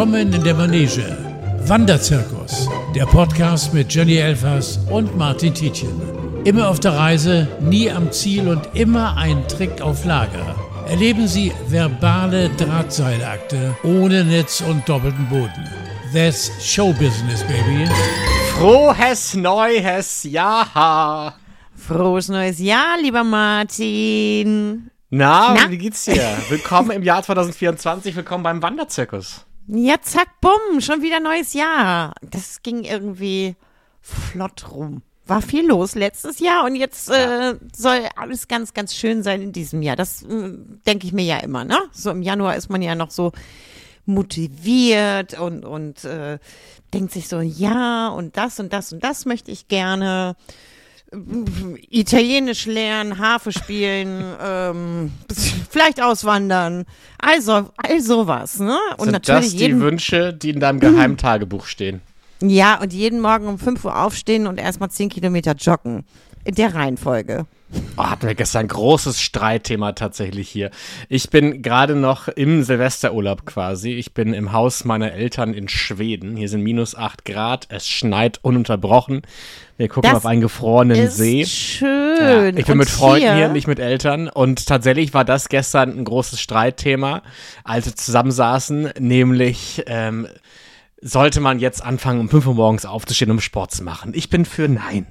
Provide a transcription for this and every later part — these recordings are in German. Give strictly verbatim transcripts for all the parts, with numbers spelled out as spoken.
Willkommen in der Manege. Wanderzirkus, der Podcast mit Jenny Elfers und Martin Tietjen. Immer auf der Reise, nie am Ziel und immer ein Trick auf Lager. Erleben Sie verbale Drahtseilakte ohne Netz und doppelten Boden. That's Showbusiness, baby. Frohes Neues Jahr! Frohes neues Jahr, lieber Martin. Na, Na? wie geht's dir? Willkommen im Jahr zwanzig vierundzwanzig, willkommen beim Wanderzirkus. Ja, zack, bumm, schon wieder neues Jahr. Das ging irgendwie flott rum. War viel los letztes Jahr und jetzt äh, soll alles ganz, ganz schön sein in diesem Jahr. Das äh, denke ich mir ja immer, ne? So im Januar ist man ja noch so motiviert und, und äh, denkt sich so, ja, und das und das und das möchte ich gerne. Italienisch lernen, Harfe spielen, ähm, vielleicht auswandern, also all sowas, ne? Und Sind natürlich das die jeden, Wünsche, die in deinem Geheimtagebuch stehen? ja, und jeden Morgen um fünf Uhr aufstehen und erstmal zehn Kilometer joggen. In der Reihenfolge. Oh, hatten wir gestern ein großes Streitthema tatsächlich hier. Ich bin gerade noch im Silvesterurlaub quasi. Ich bin im Haus meiner Eltern in Schweden. Hier sind minus acht Grad. Es schneit ununterbrochen. Wir gucken Das auf einen gefrorenen ist See. schön. Ja, ich bin Und mit Freunden hier, hier, nicht mit Eltern. Und tatsächlich war das gestern ein großes Streitthema, als wir zusammensaßen. Nämlich, ähm, sollte man jetzt anfangen, um fünf Uhr morgens aufzustehen, um Sport zu machen? Ich bin für Nein.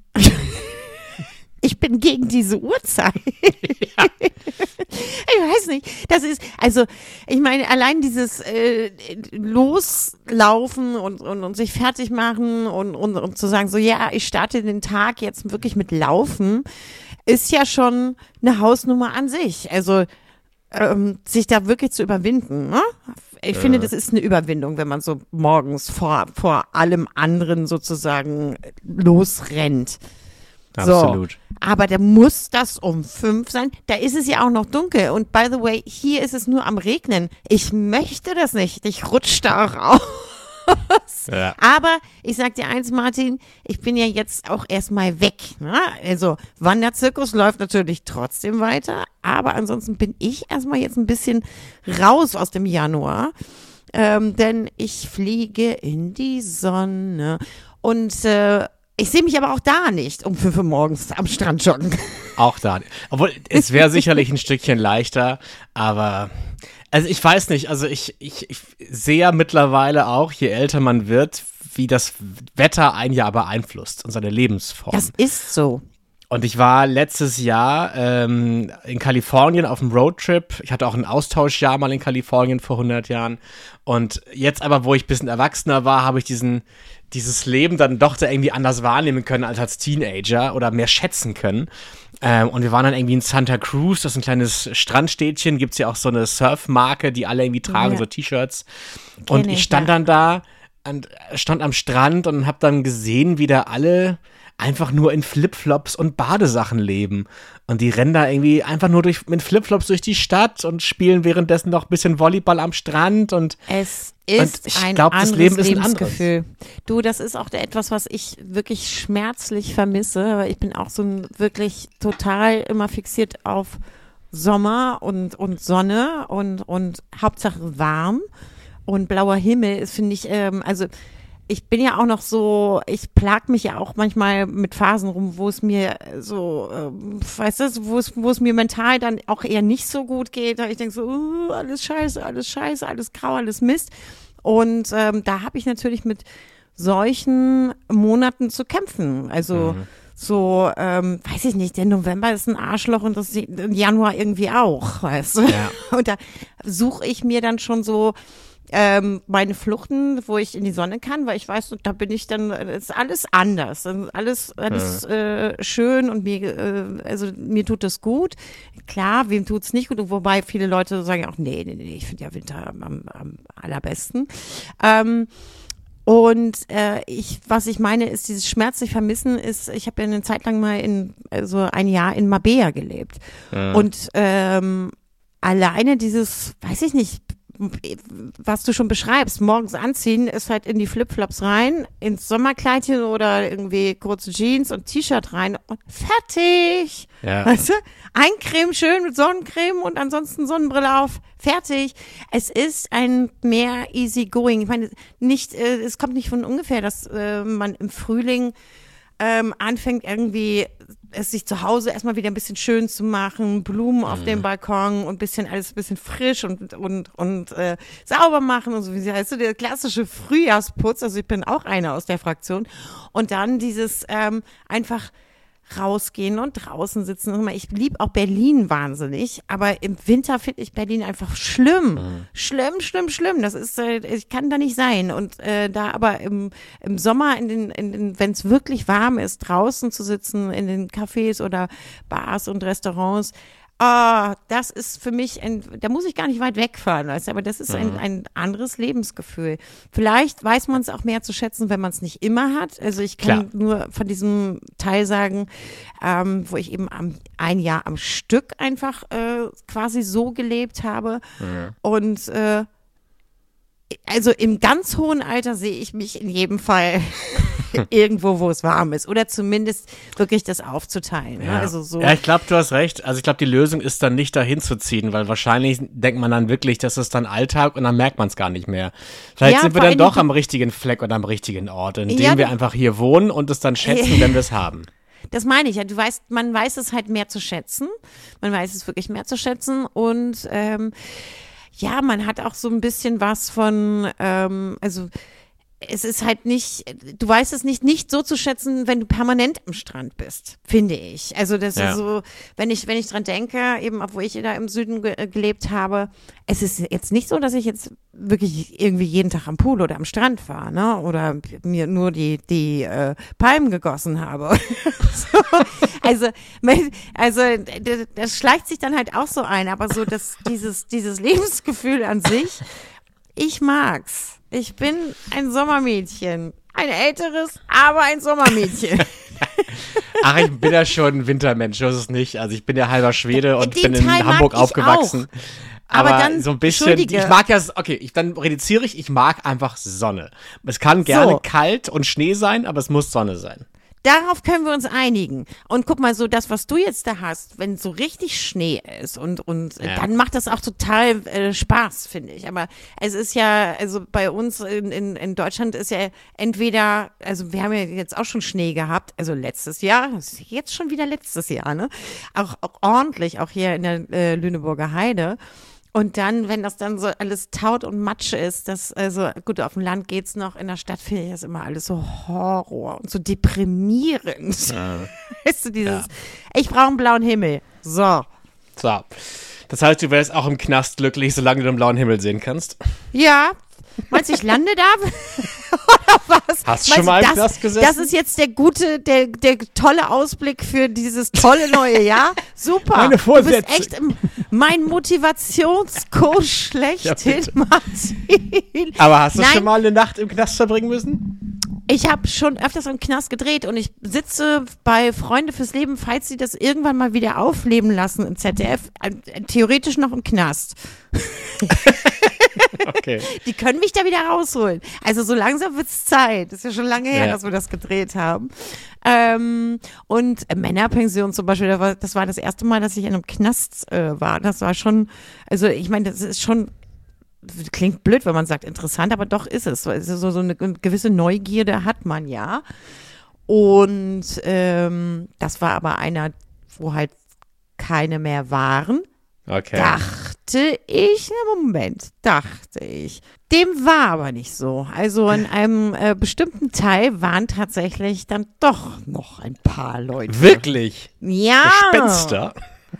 Ich bin gegen diese Uhrzeit. Ja. Ich weiß nicht. Das ist, also, ich meine, allein dieses äh, Loslaufen und, und, und sich fertig machen und, und, und zu sagen, so, ja, ich starte den Tag jetzt wirklich mit Laufen, ist ja schon eine Hausnummer an sich. Also, ähm, sich da wirklich zu überwinden, ne? Ich finde, das ist eine Überwindung, wenn man so morgens vor, vor allem anderen sozusagen losrennt. Absolut. So, aber da muss das um fünf sein. Da ist es ja auch noch dunkel. Und by the way, hier ist es nur am Regnen. Ich möchte das nicht. Ich rutsche da auch raus. Ja. Aber ich sag dir eins, Martin, ich bin ja jetzt auch erstmal weg. Ne? Also Wanderzirkus läuft natürlich trotzdem weiter. Aber ansonsten bin ich erstmal jetzt ein bisschen raus aus dem Januar. Ähm, denn ich fliege in die Sonne. Und äh, ich sehe mich aber auch da nicht um fünf Uhr morgens am Strand joggen. Auch da. Obwohl, es wäre sicherlich ein Stückchen leichter, aber also ich weiß nicht, also ich, ich, ich sehe ja mittlerweile auch, je älter man wird, wie das Wetter ein Jahr beeinflusst und seine Lebensform. Das ist so. Und ich war letztes Jahr ähm, in Kalifornien auf einem Roadtrip. Ich hatte auch ein Austauschjahr mal in Kalifornien vor hundert Jahren. Und jetzt aber, wo ich ein bisschen erwachsener war, habe ich diesen, dieses Leben dann doch da irgendwie anders wahrnehmen können als als Teenager oder mehr schätzen können. Ähm, und wir waren dann irgendwie in Santa Cruz, das ist ein kleines Strandstädtchen, gibt's ja auch so eine Surfmarke, die alle irgendwie tragen, Ja. so T-Shirts. Kenn Und ich ich, stand ja. dann da und stand am Strand und habe dann gesehen, wie da alle einfach nur in Flipflops und Badesachen leben. Und die rennen da irgendwie einfach nur durch, mit Flipflops durch die Stadt und spielen währenddessen noch ein bisschen Volleyball am Strand. Und Es Und ist ich ein glaub, das anderes Leben ist ein Lebensgefühl. Du, das ist auch etwas, was ich wirklich schmerzlich vermisse, weil ich bin auch so ein wirklich total immer fixiert auf Sommer und, und Sonne und, und Hauptsache warm und blauer Himmel ist, finde ich, ähm, also ich bin ja auch noch so, ich plag mich ja auch manchmal mit Phasen rum, wo es mir so, ähm, weißt du, wo es, wo es mir mental dann auch eher nicht so gut geht. Da ich denke so, uh, alles scheiße, alles scheiße, alles grau, alles Mist. Und ähm, da habe ich natürlich mit solchen Monaten zu kämpfen. Also Mhm. so, ähm, weiß ich nicht, der November ist ein Arschloch und das Januar irgendwie auch, weißt du. Ja. Und da suche ich mir dann schon so ähm, meine Fluchten, wo ich in die Sonne kann, weil ich weiß, da bin ich dann, ist alles anders, dann ist alles, alles äh, schön und mir, äh, also mir tut das gut. Klar, wem tut's nicht gut, wobei viele Leute sagen auch, nee, nee, nee, ich finde ja Winter am, am allerbesten. Ähm, Und äh, ich, was ich meine, ist dieses schmerzlich Vermissen ist, ich habe ja eine Zeit lang mal in, also ein Jahr in Marbella gelebt. Ja. Und ähm, alleine dieses, weiß ich nicht, was du schon beschreibst, morgens anziehen, ist halt in die Flipflops rein, ins Sommerkleidchen oder irgendwie kurze Jeans und T-Shirt rein und fertig. Ja. Weißt du? Eincremen schön mit Sonnencreme und ansonsten Sonnenbrille auf. Fertig. Es ist ein mehr easy going. Ich meine, nicht, äh, es kommt nicht von ungefähr, dass äh, man im Frühling ähm, anfängt irgendwie es sich zu Hause erstmal wieder ein bisschen schön zu machen, Blumen auf mhm. dem Balkon und ein bisschen alles ein bisschen frisch und und und äh, sauber machen und so, wie heißt du, der klassische Frühjahrsputz, also ich bin auch eine aus der Fraktion und dann dieses ähm, einfach rausgehen und draußen sitzen. Ich liebe auch Berlin wahnsinnig, aber im Winter finde ich Berlin einfach schlimm. Mhm. Schlimm, schlimm, schlimm. Das ist, äh, ich kann da nicht sein. Und äh, da aber im, im Sommer, in den, in den, wenn es wirklich warm ist, draußen zu sitzen, in den Cafés oder Bars und Restaurants, ah, das ist für mich, ein, da muss ich gar nicht weit wegfahren, weißt du, aber das ist mhm. ein, ein anderes Lebensgefühl. Vielleicht weiß man es auch mehr zu schätzen, wenn man es nicht immer hat. Also ich kann Klar. nur von diesem Teil sagen, ähm, wo ich eben am, ein Jahr am Stück einfach äh, quasi so gelebt habe. Mhm. Und äh, also im ganz hohen Alter sehe ich mich in jedem Fall irgendwo, wo es warm ist. Oder zumindest wirklich das aufzuteilen. Ja, ne? also so. ja ich glaube, du hast recht. Also ich glaube, die Lösung ist dann nicht dahin zu ziehen, weil wahrscheinlich denkt man dann wirklich, das ist dann Alltag und dann merkt man es gar nicht mehr. Vielleicht ja, sind wir dann doch am richtigen Fleck oder am richtigen Ort, in dem ja, wir einfach hier wohnen und es dann schätzen, wenn wir es haben. Das meine ich ja. Du weißt, man weiß es halt mehr zu schätzen. Man weiß es wirklich mehr zu schätzen und ähm, ja, man hat auch so ein bisschen was von, ähm, also es ist halt nicht, du weißt es nicht, nicht so zu schätzen, wenn du permanent am Strand bist, finde ich. Also das ja. ist so, wenn ich, wenn ich dran denke, eben, obwohl ich da im Süden ge- gelebt habe, es ist jetzt nicht so, dass ich jetzt wirklich irgendwie jeden Tag am Pool oder am Strand war, ne, oder mir nur die, die äh, Palmen gegossen habe. so. Also, also das schleicht sich dann halt auch so ein, aber so das, dieses, dieses Lebensgefühl an sich, ich mag's. Ich bin ein Sommermädchen. Ein älteres, aber ein Sommermädchen. Ach, ich bin ja schon ein Wintermensch, so ist es nicht. Also ich bin ja halber Schwede und Den bin in Teil Hamburg mag ich aufgewachsen. Auch. Aber, aber dann, so ein bisschen, ich mag ja, okay, ich, dann reduziere ich, ich mag einfach Sonne. Es kann gerne so. kalt und Schnee sein, aber es muss Sonne sein. Darauf können wir uns einigen. Und guck mal, so das, was du jetzt da hast, wenn so richtig Schnee ist und und ja. dann macht das auch total äh, Spaß, finde ich. Aber es ist ja, also bei uns in, in, in Deutschland ist ja entweder, also wir haben ja jetzt auch schon Schnee gehabt, also letztes Jahr, das ist jetzt schon wieder letztes Jahr, ne? Auch, auch ordentlich, auch hier in der äh, Lüneburger Heide. Und dann, wenn das dann so alles taut und Matsche ist, das, also gut, auf dem Land geht's noch, in der Stadt finde ich das immer alles so Horror und so deprimierend. Ja. Weißt du, dieses, ja. ich brauche einen blauen Himmel. So. So. Das heißt, du wärst auch im Knast glücklich, solange du den blauen Himmel sehen kannst? Ja. Meinst du, ich lande da? Oder was? Hast du schon mal im Knast gesessen? Das ist jetzt der gute, der, der tolle Ausblick für dieses tolle neue Jahr. Super. Meine Vorsätze. Du bist echt im, mein Motivationscoach schlechthin, ja, Martin. Aber hast du Nein. schon mal eine Nacht im Knast verbringen müssen? Ich habe schon öfters im Knast gedreht und ich sitze bei Freunde fürs Leben, falls sie das irgendwann mal wieder aufleben lassen im Z D F, äh, theoretisch noch im Knast. Okay. Die können mich da wieder rausholen. Also so langsam wird's Zeit. Das ist ja schon lange her, ja. dass wir das gedreht haben. Ähm, und äh, Männerpension zum Beispiel, das war, das war das erste Mal, dass ich in einem Knast äh, war. Das war schon, also ich meine, das ist schon, klingt blöd, wenn man sagt interessant, aber doch ist es. Also so, so eine gewisse Neugierde hat man ja. Und ähm, das war aber einer, wo halt keine mehr waren. Okay. Dachte ich, na Moment, dachte ich. Dem war aber nicht so. Also in einem äh, bestimmten Teil waren tatsächlich dann doch noch ein paar Leute. Wirklich? Ja. Gespenster?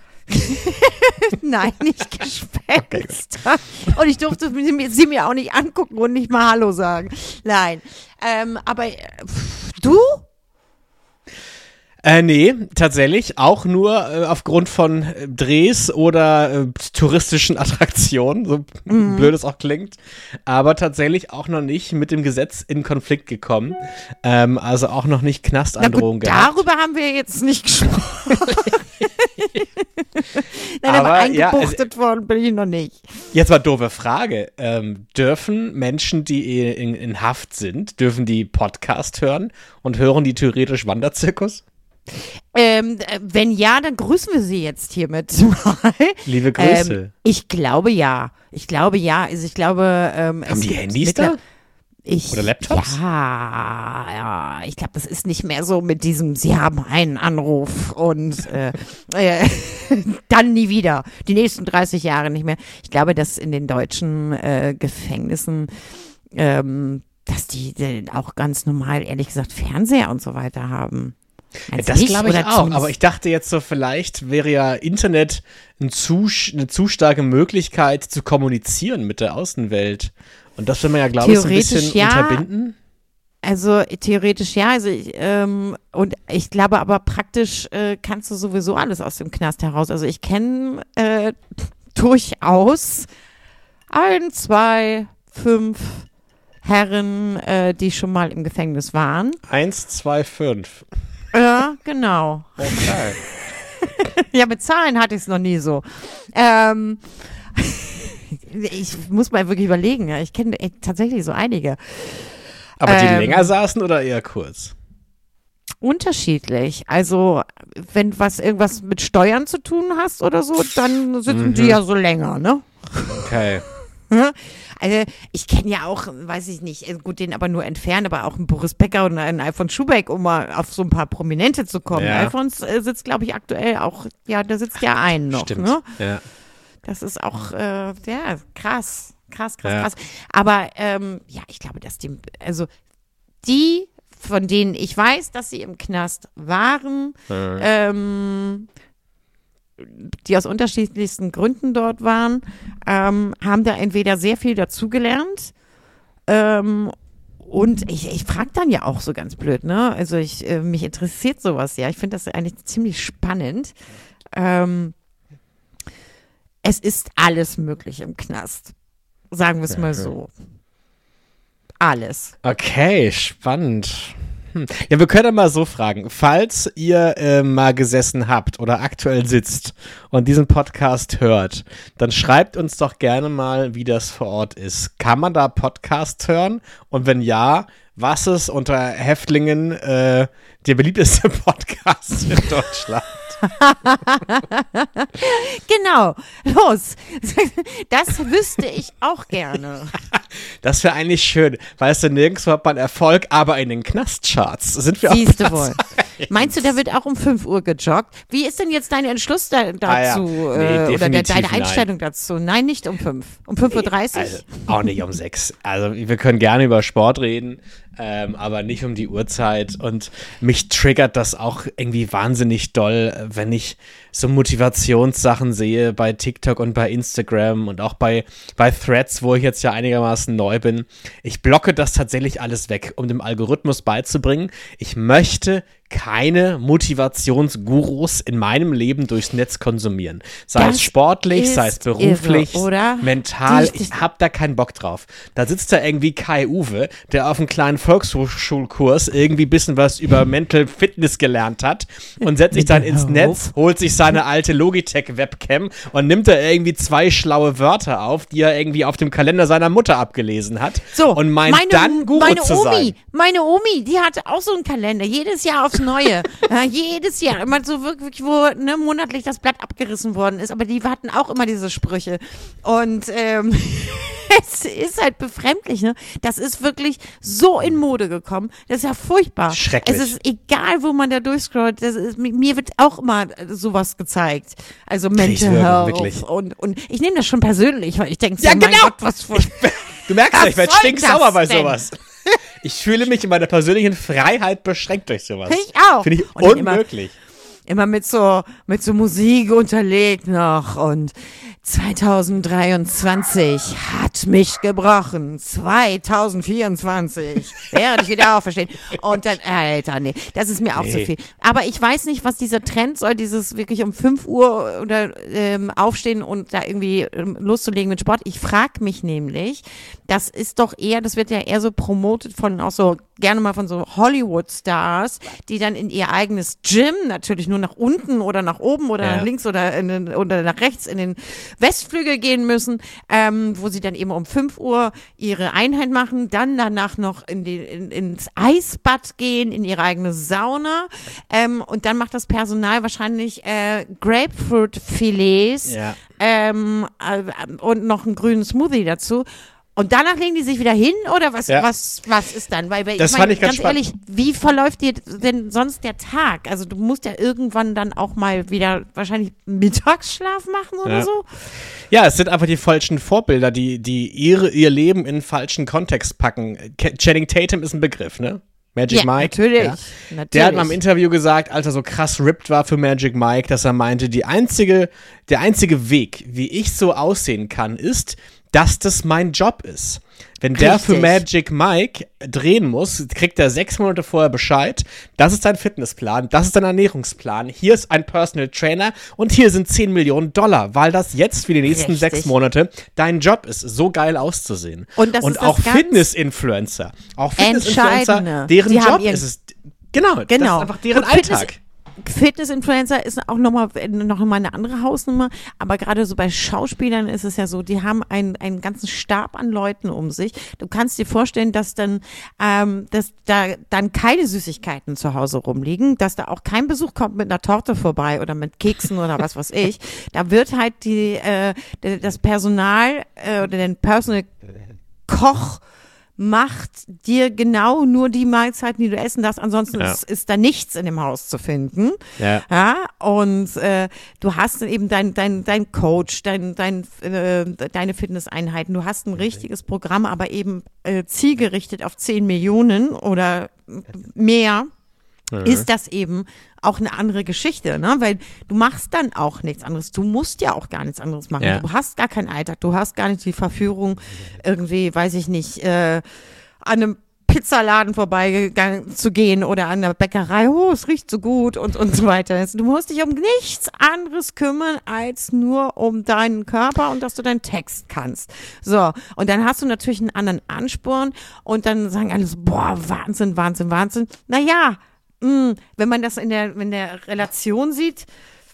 Nein, nicht Gespenster. Okay. Und ich durfte sie, sie mir auch nicht angucken und nicht mal Hallo sagen. Nein. Ähm, aber äh, pff, du? Äh, nee, tatsächlich auch nur äh, aufgrund von äh, Drehs oder äh, touristischen Attraktionen, so mhm. blöd es auch klingt, aber tatsächlich auch noch nicht mit dem Gesetz in Konflikt gekommen, ähm, also auch noch nicht Knastandrohung gehabt. Darüber haben wir jetzt nicht gesprochen. Nein, aber aber eingebuchtet ja, worden bin ich noch nicht. Jetzt mal doofe Frage, ähm, dürfen Menschen, die in, in Haft sind, dürfen die Podcast hören und hören die theoretisch Wanderzirkus? Ähm, wenn ja, dann grüßen wir sie jetzt hiermit. Liebe Grüße. Ähm, ich glaube ja. Ich glaube ja. Also ich glaube, ähm, haben die Handys da? Ich, Oder Laptops? Ja, ja. Ich glaube, das ist nicht mehr so mit diesem, sie haben einen Anruf und äh, äh, dann nie wieder. Die nächsten dreißig Jahre nicht mehr. Ich glaube, dass in den deutschen äh, Gefängnissen ähm, dass die, die auch ganz normal, ehrlich gesagt, Fernseher und so weiter haben. Ja, das glaube ich auch, aber ich dachte jetzt so, vielleicht wäre ja Internet ein zu, eine zu starke Möglichkeit zu kommunizieren mit der Außenwelt. Und das will man ja, glaube ich, so ein bisschen ja, unterbinden. Also theoretisch ja, also ich, ähm, und ich glaube aber praktisch äh, kannst du sowieso alles aus dem Knast heraus. Also ich kenne äh, durchaus ein, zwei, fünf Herren, äh, die schon mal im Gefängnis waren. Eins, zwei, fünf. Ja, genau. Okay. Ja, mit Zahlen hatte ich es noch nie so. Ähm, ich muss mal wirklich überlegen. Ja. Ich kenne tatsächlich so einige. Aber die ähm, länger saßen oder eher kurz? Unterschiedlich. Also, wenn was irgendwas mit Steuern zu tun hast oder so, dann sitzen mhm. die ja so länger, ne? Okay. Also ich kenne ja auch, weiß ich nicht, gut, den aber nur entfernt, aber auch einen Boris Becker und einen Alfons Schubeck, um mal auf so ein paar Prominente zu kommen. Ja. Alfons äh, sitzt, glaube ich, aktuell auch, ja, da sitzt ja ein noch. Stimmt, ne? ja. Das ist auch, äh, ja, krass, krass, krass, ja. krass. Aber ähm, ja, ich glaube, dass die, also die, von denen ich weiß, dass sie im Knast waren, Mhm. ähm, die aus unterschiedlichsten Gründen dort waren, ähm, haben da entweder sehr viel dazugelernt ähm, und ich, ich frage dann ja auch so ganz blöd, ne? Also ich, äh, mich interessiert sowas ja. Ich finde das eigentlich ziemlich spannend. Ähm, es ist alles möglich im Knast. Sagen wir es mal so. Alles. Okay, spannend. Hm. Ja, wir können ja mal so fragen, falls ihr äh, mal gesessen habt oder aktuell sitzt und diesen Podcast hört, dann schreibt uns doch gerne mal, wie das vor Ort ist. Kann man da Podcasts hören? Und wenn ja, was ist unter Häftlingen äh, der beliebteste Podcast in Deutschland? Genau, los. Das wüsste ich auch gerne. Das wäre eigentlich schön. Weißt du, nirgendwo hat man Erfolg, aber in den Knastcharts sind wir Siehst auch du wohl. Meinst du, der wird auch um fünf Uhr gejoggt? Wie ist denn jetzt dein Entschluss da, dazu? Ah, ja. Nee, äh, oder der, deine nein. Einstellung dazu? Nein, nicht um fünf. Um fünf Uhr dreißig? Also, auch nicht um sechs. Also wir können gerne über Sport reden, ähm, aber nicht um die Uhrzeit. Und mich triggert das auch irgendwie wahnsinnig doll, wenn ich so Motivationssachen sehe bei TikTok und bei Instagram und auch bei, bei Threads, wo ich jetzt ja einigermaßen neu bin. Ich blocke das tatsächlich alles weg, um dem Algorithmus beizubringen, ich möchte keine Motivationsgurus in meinem Leben durchs Netz konsumieren. Sei Das es sportlich, sei es ist beruflich, irre, oder? mental. Die- die- Ich hab da keinen Bock drauf. Da sitzt da irgendwie Kai Uwe, der auf einem kleinen Volkshochschulkurs irgendwie ein bisschen was über Mental Fitness gelernt hat und setzt sich dann ins Netz, holt sich seine alte Logitech-Webcam und nimmt da irgendwie zwei schlaue Wörter auf, die er irgendwie auf dem Kalender seiner Mutter abgelesen hat So, und meint meine, dann Guru meine zu Omi, sein. meine Omi, die hatte auch so einen Kalender, jedes Jahr aufs Neue, ja, jedes Jahr, immer so wirklich, wo ne, monatlich das Blatt abgerissen worden ist, aber die hatten auch immer diese Sprüche und ähm, es ist halt befremdlich, ne? Das ist wirklich so in Mode gekommen, das ist ja furchtbar. Schrecklich. Es ist egal, wo man da durchscrollt, das ist, mir wird auch immer sowas gezeigt, also Mental Kriegswirkung, Health wirklich. und, und ich nehme das schon persönlich, weil ich denke so, Ja, mein genau. Gott, was für... Du merkst ja, ich werde soll stinksauer das bei denn? sowas. Ich fühle mich in meiner persönlichen Freiheit beschränkt durch sowas. Ich auch. Finde ich Und dann immer- unmöglich. Immer mit so, mit so Musik unterlegt noch und zwanzig dreiundzwanzig hat hat mich gebrochen, zwanzig vierundzwanzig, werde ich wieder auferstehen. Und dann, Alter, nee, das ist mir auch Nee. zu viel. Aber ich weiß nicht, was dieser Trend soll, dieses wirklich um fünf Uhr oder ähm, aufstehen und da irgendwie ähm, loszulegen mit Sport. Ich frage mich nämlich, das ist doch eher, das wird ja eher so promotet von auch so, gerne mal von so Hollywood-Stars, die dann in ihr eigenes Gym, natürlich nur nach unten oder nach oben oder Ja. nach links oder, in den, oder nach rechts in den Westflügel gehen müssen, ähm, wo sie dann eben um fünf Uhr ihre Einheit machen, dann danach noch in die, in, ins Eisbad gehen, in ihre eigene Sauna, ähm, und dann macht das Personal wahrscheinlich äh, Grapefruit-Filets, Ja. ähm, äh, und noch einen grünen Smoothie dazu. Und danach legen die sich wieder hin oder was, Ja. was, was ist dann? Weil, weil Das ich fand meine, ich ganz ganz ehrlich, wie verläuft dir denn sonst der Tag? Also du musst ja irgendwann dann auch mal wieder wahrscheinlich Mittagsschlaf machen oder Ja. so. Ja, es sind einfach die falschen Vorbilder, die, die ihre, ihr Leben in falschen Kontext packen. Ke- Channing Tatum ist ein Begriff, ne? Magic Ja, Mike. natürlich, Ja. natürlich. Der hat mal im Interview gesagt, als er so krass ripped war für Magic Mike, dass er meinte, die einzige, der einzige Weg, wie ich so aussehen kann, ist, dass das mein Job ist. Wenn der für Richtig. Magic Mike drehen muss, kriegt er sechs Monate vorher Bescheid, das ist dein Fitnessplan, das ist dein Ernährungsplan, hier ist ein Personal Trainer und hier sind zehn Millionen Dollar, weil das jetzt für die nächsten Richtig. sechs Monate dein Job ist, so geil auszusehen. Und das ist das auch ganz Fitness-Influencer, auch Fitness-Influencer, Entscheidende. deren Die haben Job ihren- ist es, genau, das Genau. ist einfach deren Und Fitness- Alltag. Fitness-Influencer ist auch nochmal noch mal eine andere Hausnummer, aber gerade so bei Schauspielern ist es ja so, die haben einen, einen ganzen Stab an Leuten um sich. Du kannst dir vorstellen, dass dann, ähm, dass da dann keine Süßigkeiten zu Hause rumliegen, dass da auch kein Besuch kommt mit einer Torte vorbei oder mit Keksen oder was weiß ich. Da wird halt die, äh, d- das Personal äh, oder den Personal Koch macht dir genau nur die Mahlzeiten, die du essen darfst. Ansonsten Ja. ist, ist da nichts in dem Haus zu finden. Ja. Ja, und äh, du hast dann eben dein, dein, dein Coach, dein, dein, äh, deine Fitnesseinheiten. Du hast ein richtiges Programm, aber eben äh, zielgerichtet auf zehn Millionen oder mehr. Ist das eben auch eine andere Geschichte, ne? Weil du machst dann auch nichts anderes. Du musst ja auch gar nichts anderes machen. Ja. Du hast gar keinen Alltag. Du hast gar nicht die Verführung, irgendwie, weiß ich nicht, äh, an einem Pizzaladen vorbeigegangen zu gehen oder an der Bäckerei. Oh, es riecht so gut und, und so weiter. Du musst dich um nichts anderes kümmern als nur um deinen Körper und dass du deinen Text kannst. So. Und dann hast du natürlich einen anderen Ansporn und dann sagen alle so, boah, Wahnsinn, Wahnsinn, Wahnsinn. Naja, mh, wenn man das in der, in der Relation sieht,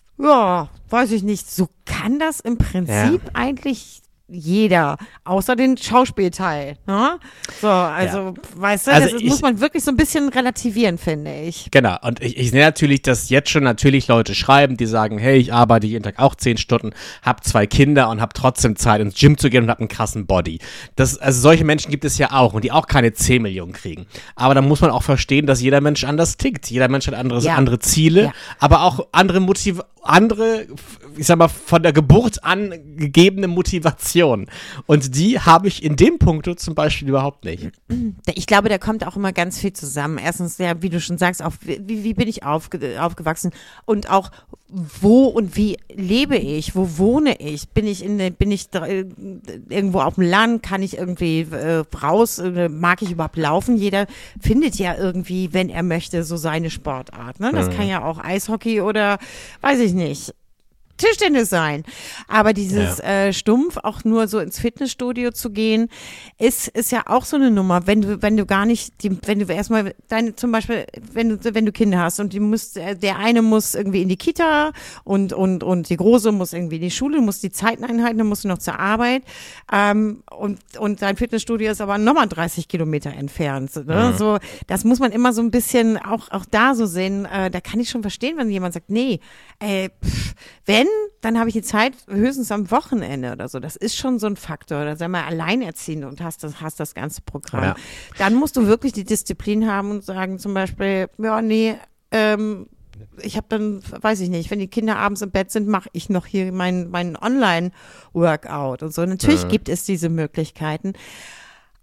ja, weiß ich nicht, so kann das im Prinzip Ja. eigentlich jeder, außer den Schauspielteil. Ne? So, also, weißt du, Also das ist, ich- muss man wirklich so ein bisschen relativieren, finde ich. Genau, und ich, ich sehe natürlich, dass jetzt schon natürlich Leute schreiben, die sagen, hey, ich arbeite jeden Tag auch zehn Stunden, habe zwei Kinder und habe trotzdem Zeit ins Gym zu gehen und habe einen krassen Body. Das, also solche Menschen gibt es ja auch und die auch keine zehn Millionen kriegen. Aber da muss man auch verstehen, dass jeder Mensch anders tickt. Jeder Mensch hat andere, Ja. andere Ziele, Ja. aber auch andere Motiv andere, ich sag mal, von der Geburt an gegebene Motivation. Und die habe ich in dem Punkt zum Beispiel überhaupt nicht. Ich glaube, da kommt auch immer ganz viel zusammen. Erstens, ja, wie du schon sagst, auch wie, wie bin ich aufge, aufgewachsen und auch wo und wie lebe ich, wo wohne ich, bin ich in der, bin ich da, äh, irgendwo auf dem Land, kann ich irgendwie äh, raus, äh, mag ich überhaupt laufen? Jeder findet ja irgendwie, wenn er möchte, so seine Sportart. Ne? Das kann ja auch Eishockey oder weiß ich nicht. Tischtennis sein. Aber dieses Ja. äh, stumpf auch nur so ins Fitnessstudio zu gehen, ist, ist ja auch so eine Nummer. Wenn du, wenn du gar nicht, die, wenn du erstmal deine, zum Beispiel, wenn du, wenn du Kinder hast und die muss, äh, der eine muss irgendwie in die Kita und, und, und die Große muss irgendwie in die Schule, muss die Zeiten einhalten, dann musst du noch zur Arbeit, ähm, und, und dein Fitnessstudio ist aber nochmal dreißig Kilometer entfernt, ne? Mhm. So, das muss man immer so ein bisschen auch, auch da so sehen, äh, da kann ich schon verstehen, wenn jemand sagt, nee, äh, pff, wenn, dann habe ich die Zeit höchstens am Wochenende oder so. Das ist schon so ein Faktor. Da sei mal alleinerziehend und hast das, hast das ganze Programm. Ja. Dann musst du wirklich die Disziplin haben und sagen zum Beispiel, ja, nee, ähm, ich habe dann, weiß ich nicht, wenn die Kinder abends im Bett sind, mache ich noch hier meinen mein Online-Workout und so. Natürlich Mhm. gibt es diese Möglichkeiten.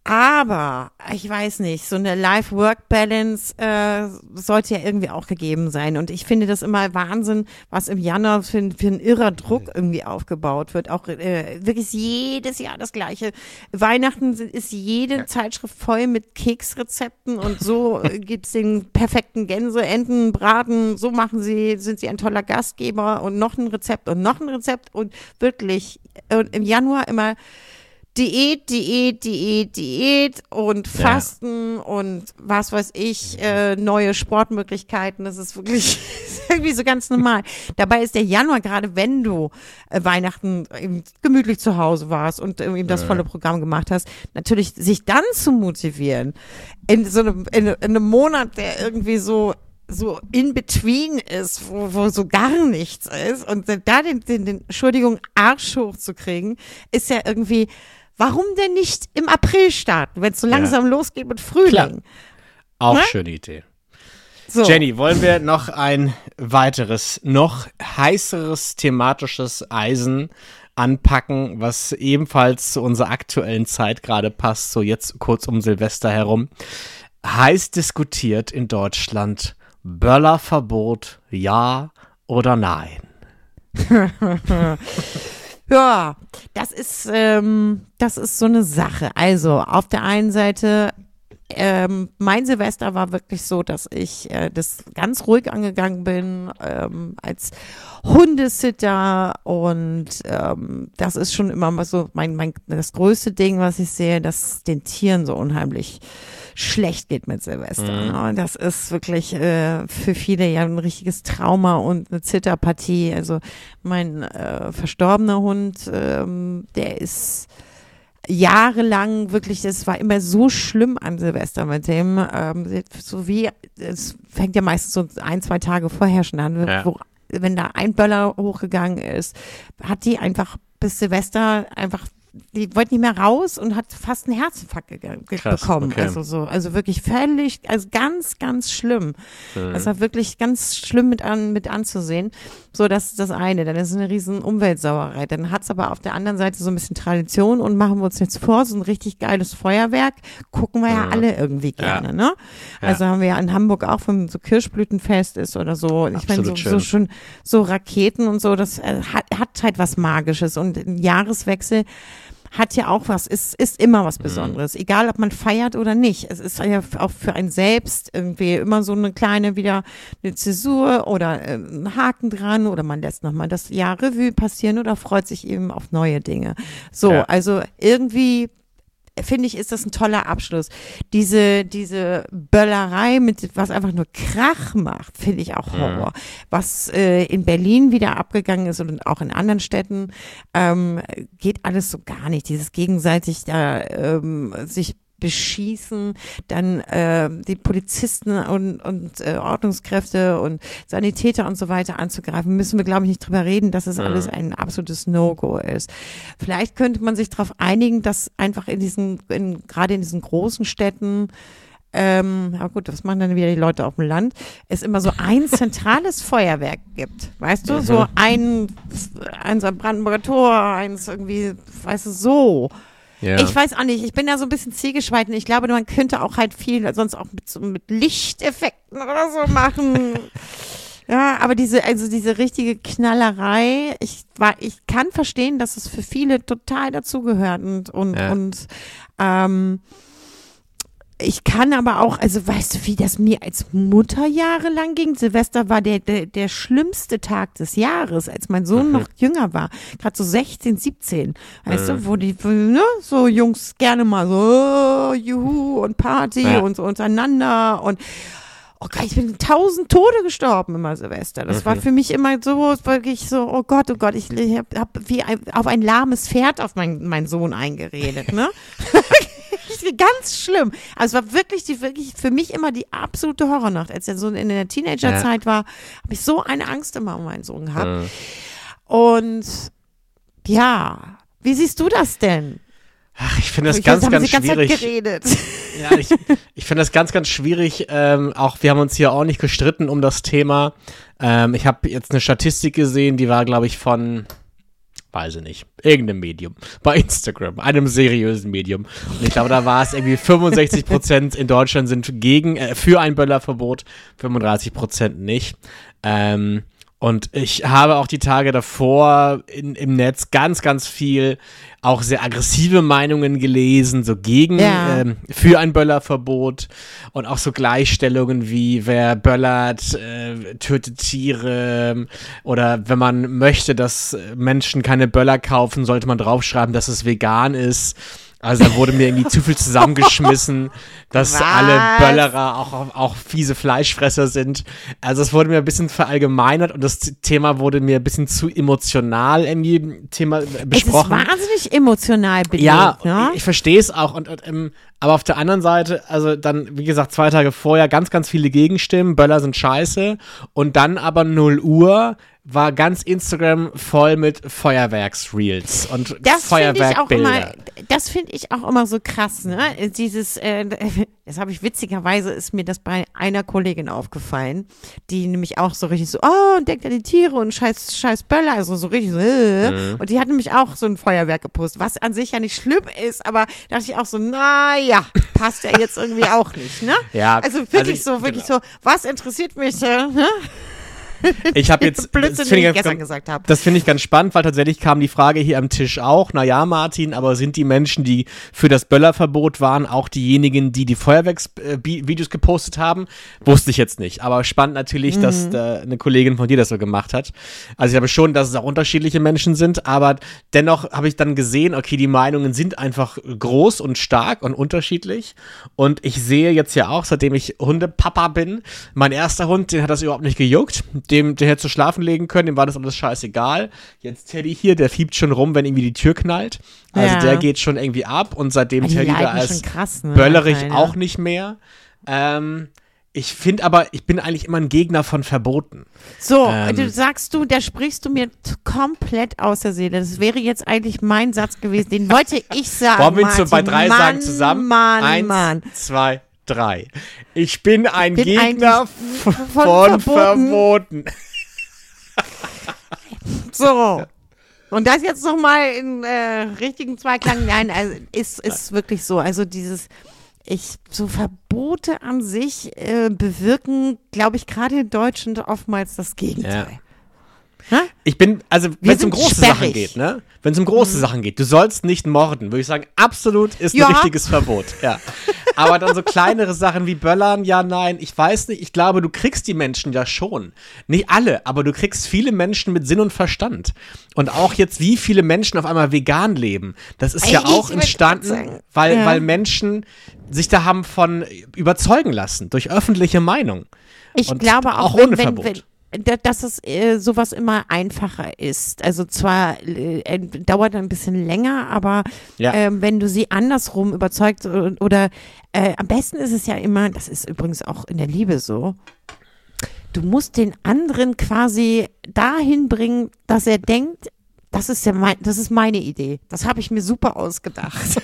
Aber, ich weiß nicht, so eine Life-Work-Balance äh, sollte ja irgendwie auch gegeben sein. Und ich finde das immer Wahnsinn, was im Januar für, für ein irrer Druck irgendwie aufgebaut wird. Auch äh, wirklich jedes Jahr das Gleiche. Weihnachten ist jede ja. Zeitschrift voll mit Keksrezepten und so äh, gibt's den perfekten Gänse, Enten, Braten. So machen sie, sind sie ein toller Gastgeber und noch ein Rezept und noch ein Rezept. Und wirklich, und im Januar immer Diät, Diät, Diät, Diät und Fasten ja. und was weiß ich, äh, neue Sportmöglichkeiten. Das ist wirklich irgendwie so ganz normal. Dabei ist der Januar, gerade wenn du äh, Weihnachten eben gemütlich zu Hause warst und äh, eben das volle Programm gemacht hast, natürlich sich dann zu motivieren in so einem, in, in einem Monat, der irgendwie so so in between ist, wo, wo so gar nichts ist und da den, den, den Entschuldigung, Arsch hochzukriegen, ist ja irgendwie, warum denn nicht im April starten, wenn es so langsam ja. losgeht mit Frühling? Klar. Auch ne? Schöne Idee. So. Jenny, wollen wir noch ein weiteres, noch heißeres thematisches Eisen anpacken, was ebenfalls zu unserer aktuellen Zeit gerade passt, so jetzt kurz um Silvester herum. Heiß diskutiert in Deutschland, Böllerverbot, ja oder nein? Ja, das ist, ähm, das ist so eine Sache. Also auf der einen Seite, ähm, mein Silvester war wirklich so, dass ich äh, das ganz ruhig angegangen bin, ähm, als Hundesitter und ähm, das ist schon immer mal so mein, mein, das größte Ding, was ich sehe, dass den Tieren so unheimlich schlecht geht mit Silvester. Mhm. Das ist wirklich äh, für viele ja ein richtiges Trauma und eine Zitterpartie. Also mein äh, verstorbener Hund, ähm, der ist jahrelang wirklich, das war immer so schlimm an Silvester mit dem, ähm, so wie, es fängt ja meistens so ein, zwei Tage vorher schon an, ja. wo, wenn da ein Böller hochgegangen ist, hat die einfach bis Silvester einfach, die wollte nicht mehr raus und hat fast einen Herzinfarkt ge- ge- Krass, bekommen. Okay. Also so, also wirklich völlig, also ganz, ganz schlimm. Mhm. Das war wirklich ganz schlimm mit an, mit anzusehen. So, das ist das eine. Dann ist es eine riesen Umweltsauerei. Dann hat es aber auf der anderen Seite so ein bisschen Tradition und machen wir uns jetzt vor, so ein richtig geiles Feuerwerk gucken wir ja, ja alle irgendwie gerne, ja. ne? Also ja. haben wir ja in Hamburg auch, wenn so Kirschblütenfest ist oder so. Ich meine, so, so schon so Raketen und so, das äh, hat, hat halt was Magisches und ein Jahreswechsel hat ja auch was, ist, ist immer was Besonderes, mhm. egal ob man feiert oder nicht. Es ist ja auch für einen selbst irgendwie immer so eine kleine, wieder eine Zäsur oder äh, ein Haken dran oder man lässt nochmal das Jahr Revue passieren oder freut sich eben auf neue Dinge. So, ja. also irgendwie finde ich, ist das ein toller Abschluss. Diese, diese Böllerei mit, was einfach nur Krach macht, finde ich auch Horror. Mhm. Was äh, in Berlin wieder abgegangen ist und auch in anderen Städten, ähm, geht alles so gar nicht. Dieses gegenseitig da ähm, sich beschießen, dann äh, die Polizisten und, und äh, Ordnungskräfte und Sanitäter und so weiter anzugreifen, müssen wir, glaube ich, nicht drüber reden, dass es mhm. alles ein absolutes No-Go ist. Vielleicht könnte man sich darauf einigen, dass einfach in diesen, in, gerade in diesen großen Städten, ähm, ja gut, was machen dann wieder die Leute auf dem Land, es immer so ein zentrales Feuerwerk gibt, weißt du, mhm. so ein, eins am Brandenburger Tor, eins irgendwie, weißt du, so. Ja. Ich weiß auch nicht, ich bin da so ein bisschen zielgespalten. Ich glaube, man könnte auch halt viel sonst auch mit, so mit Lichteffekten oder so machen. Ja, aber diese, also diese richtige Knallerei, ich war, ich kann verstehen, dass es für viele total dazugehört und, und, ja. und ähm, ich kann aber auch, also weißt du, wie das mir als Mutter jahrelang ging? Silvester war der, der, der schlimmste Tag des Jahres, als mein Sohn mhm. noch jünger war. Gerade so sechzehn, siebzehn. Weißt mhm. du, wo die, ne, so Jungs gerne mal so, oh, juhu und Party ja. und so untereinander und oh Gott, ich bin tausend Tode gestorben immer Silvester. Das mhm. war für mich immer so, wirklich so, oh Gott, oh Gott, ich hab, hab wie ein, auf ein lahmes Pferd auf meinen mein Sohn eingeredet, ne? Ganz schlimm. Also es war wirklich die, wirklich für mich immer die absolute Horrornacht. Als er so in der Teenagerzeit ja. war, habe ich so eine Angst immer um meinen Sohn gehabt. Mhm. Und ja, wie siehst du das denn? Ach, ich finde das ich ganz, weiß, ganz schwierig. Ganze Zeit geredet. Ja, ich, ich finde das ganz, ganz schwierig. Ähm, auch wir haben uns hier auch nicht gestritten um das Thema. Ähm, ich habe jetzt eine Statistik gesehen, die war, glaube ich, von weiß ich nicht, irgendeinem Medium, bei Instagram, einem seriösen Medium. Und ich glaube, da war es irgendwie fünfundsechzig Prozent in Deutschland sind gegen, äh, für ein Böllerverbot, fünfunddreißig Prozent nicht. Ähm, und ich habe auch die Tage davor in, im Netz ganz, ganz viel auch sehr aggressive Meinungen gelesen, so gegen, ja. ähm, für ein Böllerverbot und auch so Gleichstellungen wie wer böllert, äh, tötet Tiere oder wenn man möchte, dass Menschen keine Böller kaufen, sollte man draufschreiben, dass es vegan ist. Also da wurde mir irgendwie zu viel zusammengeschmissen, dass Was? alle Böllerer auch, auch fiese Fleischfresser sind. Also es wurde mir ein bisschen verallgemeinert und das Thema wurde mir ein bisschen zu emotional irgendwie Thema besprochen. Es ist wahnsinnig emotional belegt, ja, ne? ich, ich verstehe es auch. Und, und, ähm, aber auf der anderen Seite, also dann, wie gesagt, zwei Tage vorher ganz, ganz viele Gegenstimmen, Böller sind scheiße. Und dann aber null Uhr war ganz Instagram voll mit Feuerwerksreels und Das finde ich auch immer, Feuerwerkbilder. das finde ich auch immer so krass, ne? Dieses, äh, das habe ich witzigerweise, ist mir das bei einer Kollegin aufgefallen, die nämlich auch so richtig so, oh, denkt an die Tiere und scheiß, scheiß Böller, also so richtig so, äh. Mhm. Und die hat nämlich auch so ein Feuerwerk gepostet, was an sich ja nicht schlimm ist, aber da dachte ich auch so, naja, passt ja jetzt irgendwie auch nicht, ne? Ja, Also wirklich also ich- so, wirklich genau. so, was interessiert mich, äh, ne? Ich habe jetzt, Blödsinn, das den finde ich ich, gestern ganz- gesagt habe. das finde ich ganz spannend, weil tatsächlich kam die Frage hier am Tisch auch, naja Martin, aber sind die Menschen, die für das Böllerverbot waren, auch diejenigen, die die Feuerwerksvideos gepostet haben? Wusste ich jetzt nicht, aber spannend natürlich, Mhm. dass da eine Kollegin von dir das so gemacht hat. Also ich glaube schon, dass es auch unterschiedliche Menschen sind, aber dennoch habe ich dann gesehen, okay, die Meinungen sind einfach groß und stark und unterschiedlich und ich sehe jetzt ja auch, seitdem ich Hundepapa bin, mein erster Hund, den hat das überhaupt nicht gejuckt, dem, der hätte zu schlafen legen können, dem war das alles scheißegal. Jetzt Teddy hier, der fiebt schon rum, wenn irgendwie die Tür knallt. Also Ja. der geht schon irgendwie ab und seitdem Ah, die Teddy da leiden ist, schon krass, ne? böllerig Kleine. auch nicht mehr. Ähm, ich finde aber, ich bin eigentlich immer ein Gegner von Verboten. So, Ähm. du sagst du, da sprichst du mir t- komplett aus der Seele. Das wäre jetzt eigentlich mein Satz gewesen. Den wollte ich sagen. Wollen wir ihn so bei Martin. drei Mann, sagen zusammen? Mann, Eins, Mann. zwei, drei. Ich bin ein bin Gegner eigentlich von, von von Verboten. Verboten. So. Und das jetzt nochmal in äh, richtigen Zweiklang. Nein, also ist, ist wirklich so. Also dieses, ich, so Verbote an sich äh, bewirken, glaube ich, gerade in Deutschland oftmals das Gegenteil. Ne? Ich bin, also Wir wenn es um sind große sperrig. Sachen geht, ne? Wenn es um große Sachen geht, du sollst nicht morden, würde ich sagen, absolut ist Ja. ein richtiges Verbot, ja. Aber dann so kleinere Sachen wie Böllern, ja, nein, ich weiß nicht, ich glaube, du kriegst die Menschen ja schon. Nicht alle, aber du kriegst viele Menschen mit Sinn und Verstand. Und auch jetzt, wie viele Menschen auf einmal vegan leben, das ist ja Ich auch würd entstanden, grad sagen, weil, ja. weil Menschen sich da haben von überzeugen lassen, durch öffentliche Meinung. Ich Und glaube auch, auch wenn, ohne wenn, Verbot. wenn, da- dass es äh, sowas immer einfacher ist. Also zwar äh, äh, dauert ein bisschen länger, aber Ja. ähm, wenn du sie andersrum überzeugt äh, oder äh, am besten ist es ja immer, das ist übrigens auch in der Liebe so, du musst den anderen quasi dahin bringen, dass er denkt, das ist ja mein, das ist meine Idee. Das habe ich mir super ausgedacht.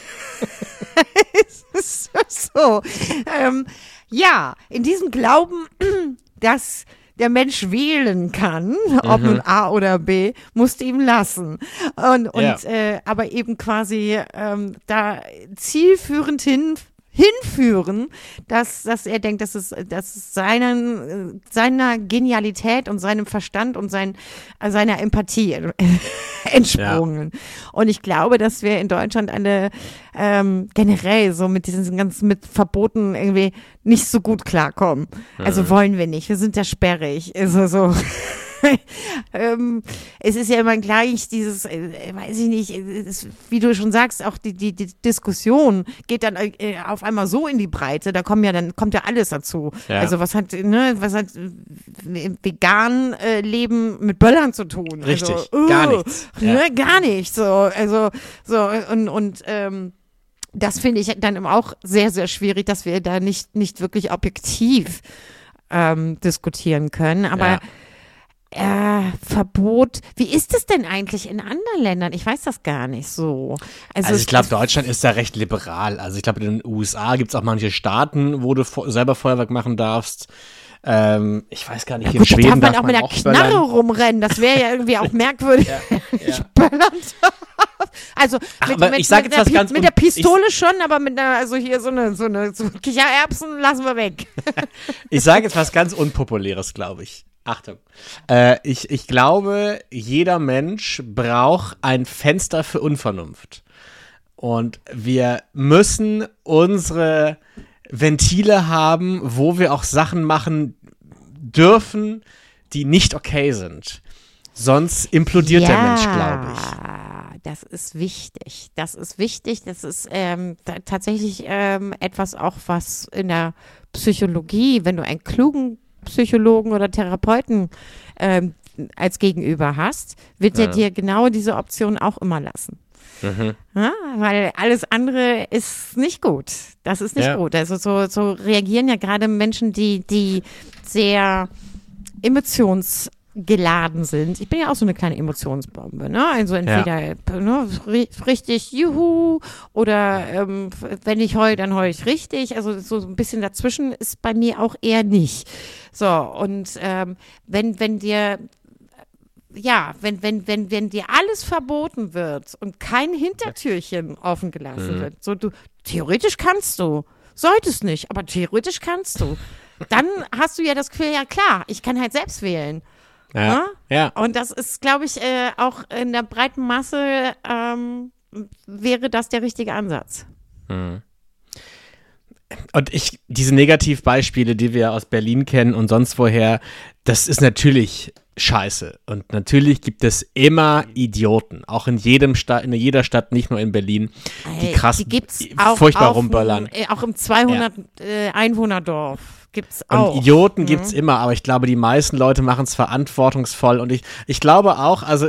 Es ist so. Ähm, ja, in diesem Glauben, dass der Mensch wählen kann, ob Mhm. nun A oder B, musst du ihm lassen. Und, und Ja. äh, aber eben quasi ähm, da zielführend hin hinführen, dass, dass er denkt, dass es, dass es seinen, äh, seiner Genialität und seinem Verstand und sein, äh, seiner Empathie entsprungen. Und ich glaube, dass wir in Deutschland alle ähm, generell so mit diesen ganzen mit Verboten irgendwie nicht so gut klarkommen. Also wollen wir nicht. Wir sind ja sperrig. Also so. ähm, es ist ja immer gleich dieses, äh, weiß ich nicht, es, wie du schon sagst, auch die, die, die Diskussion geht dann äh, auf einmal so in die Breite, da kommen ja dann, kommt ja alles dazu. Ja. Also was hat, ne, was hat äh, vegan äh, Leben mit Böllern zu tun? Richtig, also, gar uh, nichts. Ja. Ne, gar nicht. So, also, so, und, und ähm, das finde ich dann eben auch sehr, sehr schwierig, dass wir da nicht, nicht wirklich objektiv ähm, diskutieren können. Aber Ja. Äh, Verbot, wie ist es denn eigentlich in anderen Ländern? Ich weiß das gar nicht so. Also, Also ich glaube, es- Deutschland ist da recht liberal. Also ich glaube, in den U S A gibt es auch manche Staaten, wo du vo- selber Feuerwerk machen darfst. Ähm, ich weiß gar nicht, Ja, in gut, da Schweden darf man auch mit der auch Knarre böllern. rumrennen. Das wäre ja irgendwie auch merkwürdig. Ja, Ich ja. böllern darf. Also Ach, mit, aber mit, ich sag mit, jetzt der, was ganz mit der un- Pistole schon, aber mit einer, also hier so eine, so eine so Kichererbsen lassen wir weg. Ich sage jetzt was ganz Unpopuläres, glaube ich. Achtung. Äh, ich, ich glaube, jeder Mensch braucht ein Fenster für Unvernunft. Und wir müssen unsere Ventile haben, wo wir auch Sachen machen dürfen, die nicht okay sind. Sonst implodiert der Mensch, glaube ich. Ja, das ist wichtig. Das ist wichtig. Das ist ähm, t- tatsächlich ähm, etwas auch, was in der Psychologie, wenn du einen klugen Psychologen oder Therapeuten ähm, als Gegenüber hast, wird er Ja. dir genau diese Option auch immer lassen. Mhm. Ja, weil alles andere ist nicht gut. Das ist nicht Ja. gut. Also so, so reagieren ja gerade Menschen, die, die sehr emotionsgeladen sind. Ich bin ja auch so eine kleine Emotionsbombe, ne? Also entweder ne, ri- richtig juhu oder ähm, wenn ich heul, dann heul ich richtig. Also so ein bisschen dazwischen ist bei mir auch eher nicht. So, und ähm, wenn, wenn dir ja, wenn, wenn, wenn, wenn dir alles verboten wird und kein Hintertürchen offen gelassen Mhm. wird, so du, theoretisch kannst du, solltest nicht, aber theoretisch kannst du, dann hast du ja das Gefühl, ja klar, ich kann halt selbst wählen. Ja. ja. Und das ist, glaube ich, äh, auch in der breiten Masse ähm, wäre das der richtige Ansatz. Und ich, diese Negativbeispiele, die wir aus Berlin kennen und sonst woher, das ist natürlich scheiße. Und natürlich gibt es immer Idioten, auch in jedem Stadt, in jeder Stadt, nicht nur in Berlin, die Ey, krass, die gibt's auch furchtbar auf dem- rumböllern. äh, Auch im zweihundert äh, Einwohnerdorf gibt's auch. Und Idioten Mhm. gibt's immer, aber ich glaube, die meisten Leute machen es verantwortungsvoll. Und ich, ich glaube auch, also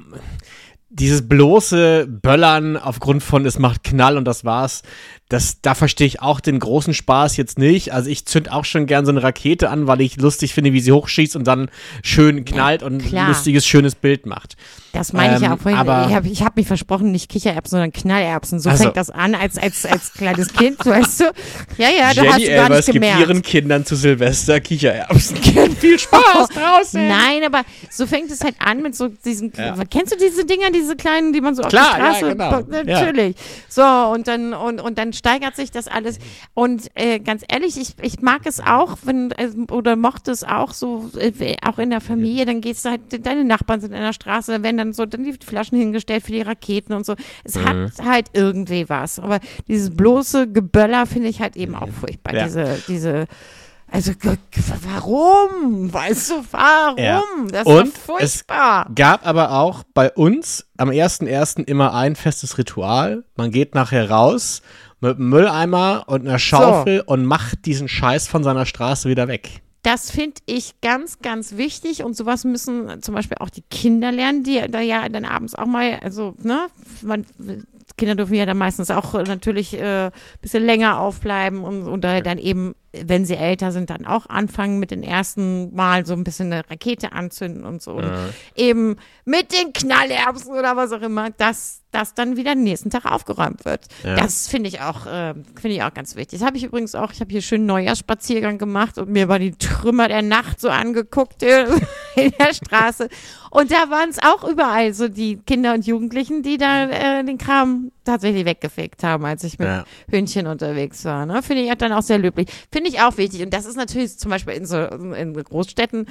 dieses bloße Böllern aufgrund von es macht Knall und das war's, das, da verstehe ich auch den großen Spaß jetzt nicht. Also ich zünd auch schon gern so eine Rakete an, weil ich lustig finde, wie sie hochschießt und dann schön knallt und ein klar. lustiges, schönes Bild macht. Das meine ich ja Ähm, auch vorhin. aber- ich habe ich hab mich versprochen, nicht Kichererbsen, sondern Knallerbsen. So Ach so. fängt das an als, als, als kleines Kind, weißt du? Ja, ja, du hast Jenny du gar Elvers nicht gibt ihren gemerkt. Kindern zu Silvester Kichererbsen. Viel Spaß draußen. Nein, aber so fängt es halt an mit so diesen, Ja. kennst du diese Dinger, diese kleinen, die man so Klar, auf der ja, Straße, genau. natürlich. So, und dann, und, und dann steigert sich das alles. Und äh, ganz ehrlich, ich, ich mag es auch, wenn, äh, oder mochte es auch so, äh, auch in der Familie, dann gehst du halt, deine Nachbarn sind in der Straße, da werden dann so, dann die Flaschen hingestellt für die Raketen und so. Es Mhm. hat halt irgendwie was. Aber dieses bloße Geböller finde ich halt eben auch furchtbar. Ja. Diese, diese, also g- g- warum? Weißt du, warum? Ja. Das Und war furchtbar. Gab aber auch bei uns am ersten ersten immer ein festes Ritual. Man geht nachher raus mit einem Mülleimer und einer Schaufel und macht diesen Scheiß von seiner Straße wieder weg. Das finde ich ganz, ganz wichtig und sowas müssen zum Beispiel auch die Kinder lernen, die da ja dann abends auch mal, also, ne, man, Kinder dürfen ja dann meistens auch natürlich ein äh, bisschen länger aufbleiben und, und da dann eben, wenn sie älter sind, dann auch anfangen mit den ersten Mal so ein bisschen eine Rakete anzünden und so. Und eben mit den Knallerbsen oder was auch immer, dass das dann wieder den nächsten Tag aufgeräumt wird. Ja. Das finde ich auch, äh, finde ich auch ganz wichtig. Das habe ich übrigens auch, ich habe hier schön Neujahrsspaziergang gemacht und mir war die Trümmer der Nacht so angeguckt in der Straße. Und da waren es auch überall so die Kinder und Jugendlichen, die da äh, den Kram tatsächlich weggefegt haben, als ich mit Ja. Hündchen unterwegs war. Ne? Finde ich auch dann auch sehr löblich. Finde ich auch wichtig. Und das ist natürlich zum Beispiel in so in Großstädten,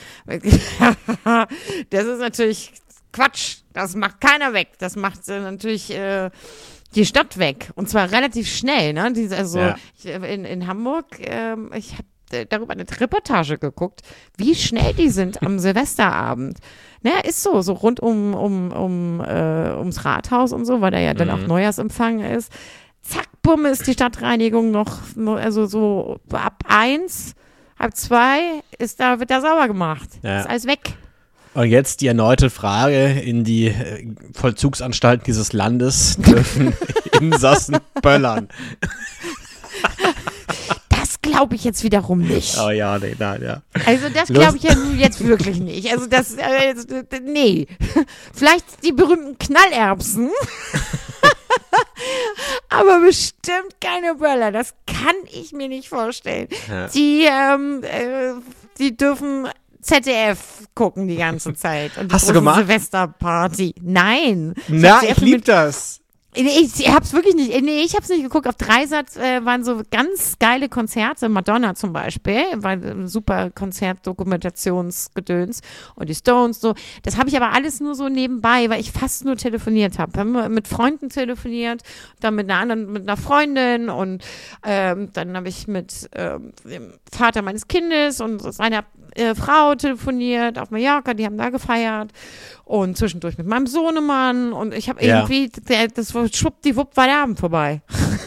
das ist natürlich Quatsch. Das macht keiner weg. Das macht äh, natürlich äh, die Stadt weg. Und zwar relativ schnell. Ne? Diese, also Ja. ich, in, in Hamburg, ähm, ich habe darüber eine Reportage geguckt, wie schnell die sind am Silvesterabend. Naja, ist so, so rund um, um, um, äh, ums Rathaus und so, weil da ja dann auch Neujahrsempfang ist. Zack, bumm, ist die Stadtreinigung noch, noch also so ab eins, ab zwei ist da, wird da sauber gemacht. Ja. Ist alles weg. Und jetzt die erneute Frage in die äh, Vollzugsanstalten dieses Landes. Dürfen Insassen böllern? Das glaube ich jetzt wiederum nicht. Oh ja, nee, nein, ja. Also das Lust- glaube ich ja jetzt wirklich nicht. Also das, äh, nee. Vielleicht die berühmten Knallerbsen. Aber bestimmt keine Böller. Das kann ich mir nicht vorstellen. Ja. Die, ähm, äh, die dürfen Z D F gucken die ganze Zeit. Und die Hast du gemacht? Silvesterparty. Nein. Na, ich lieb das. Ich, ich hab's wirklich nicht, nee, ich hab's nicht geguckt. Auf Dreisat äh, waren so ganz geile Konzerte, Madonna zum Beispiel, war ein super Konzert-Dokumentationsgedöns und die Stones so. Das habe ich aber alles nur so nebenbei, weil ich fast nur telefoniert habe. Haben wir mit Freunden telefoniert, dann mit einer anderen, mit einer Freundin und ähm, dann habe ich mit ähm, dem Vater meines Kindes und seiner äh, Frau telefoniert auf Mallorca, die haben da gefeiert und zwischendurch mit meinem Sohnemann und ich habe Ja. irgendwie, der, das war schwuppdiwupp war der Abend vorbei.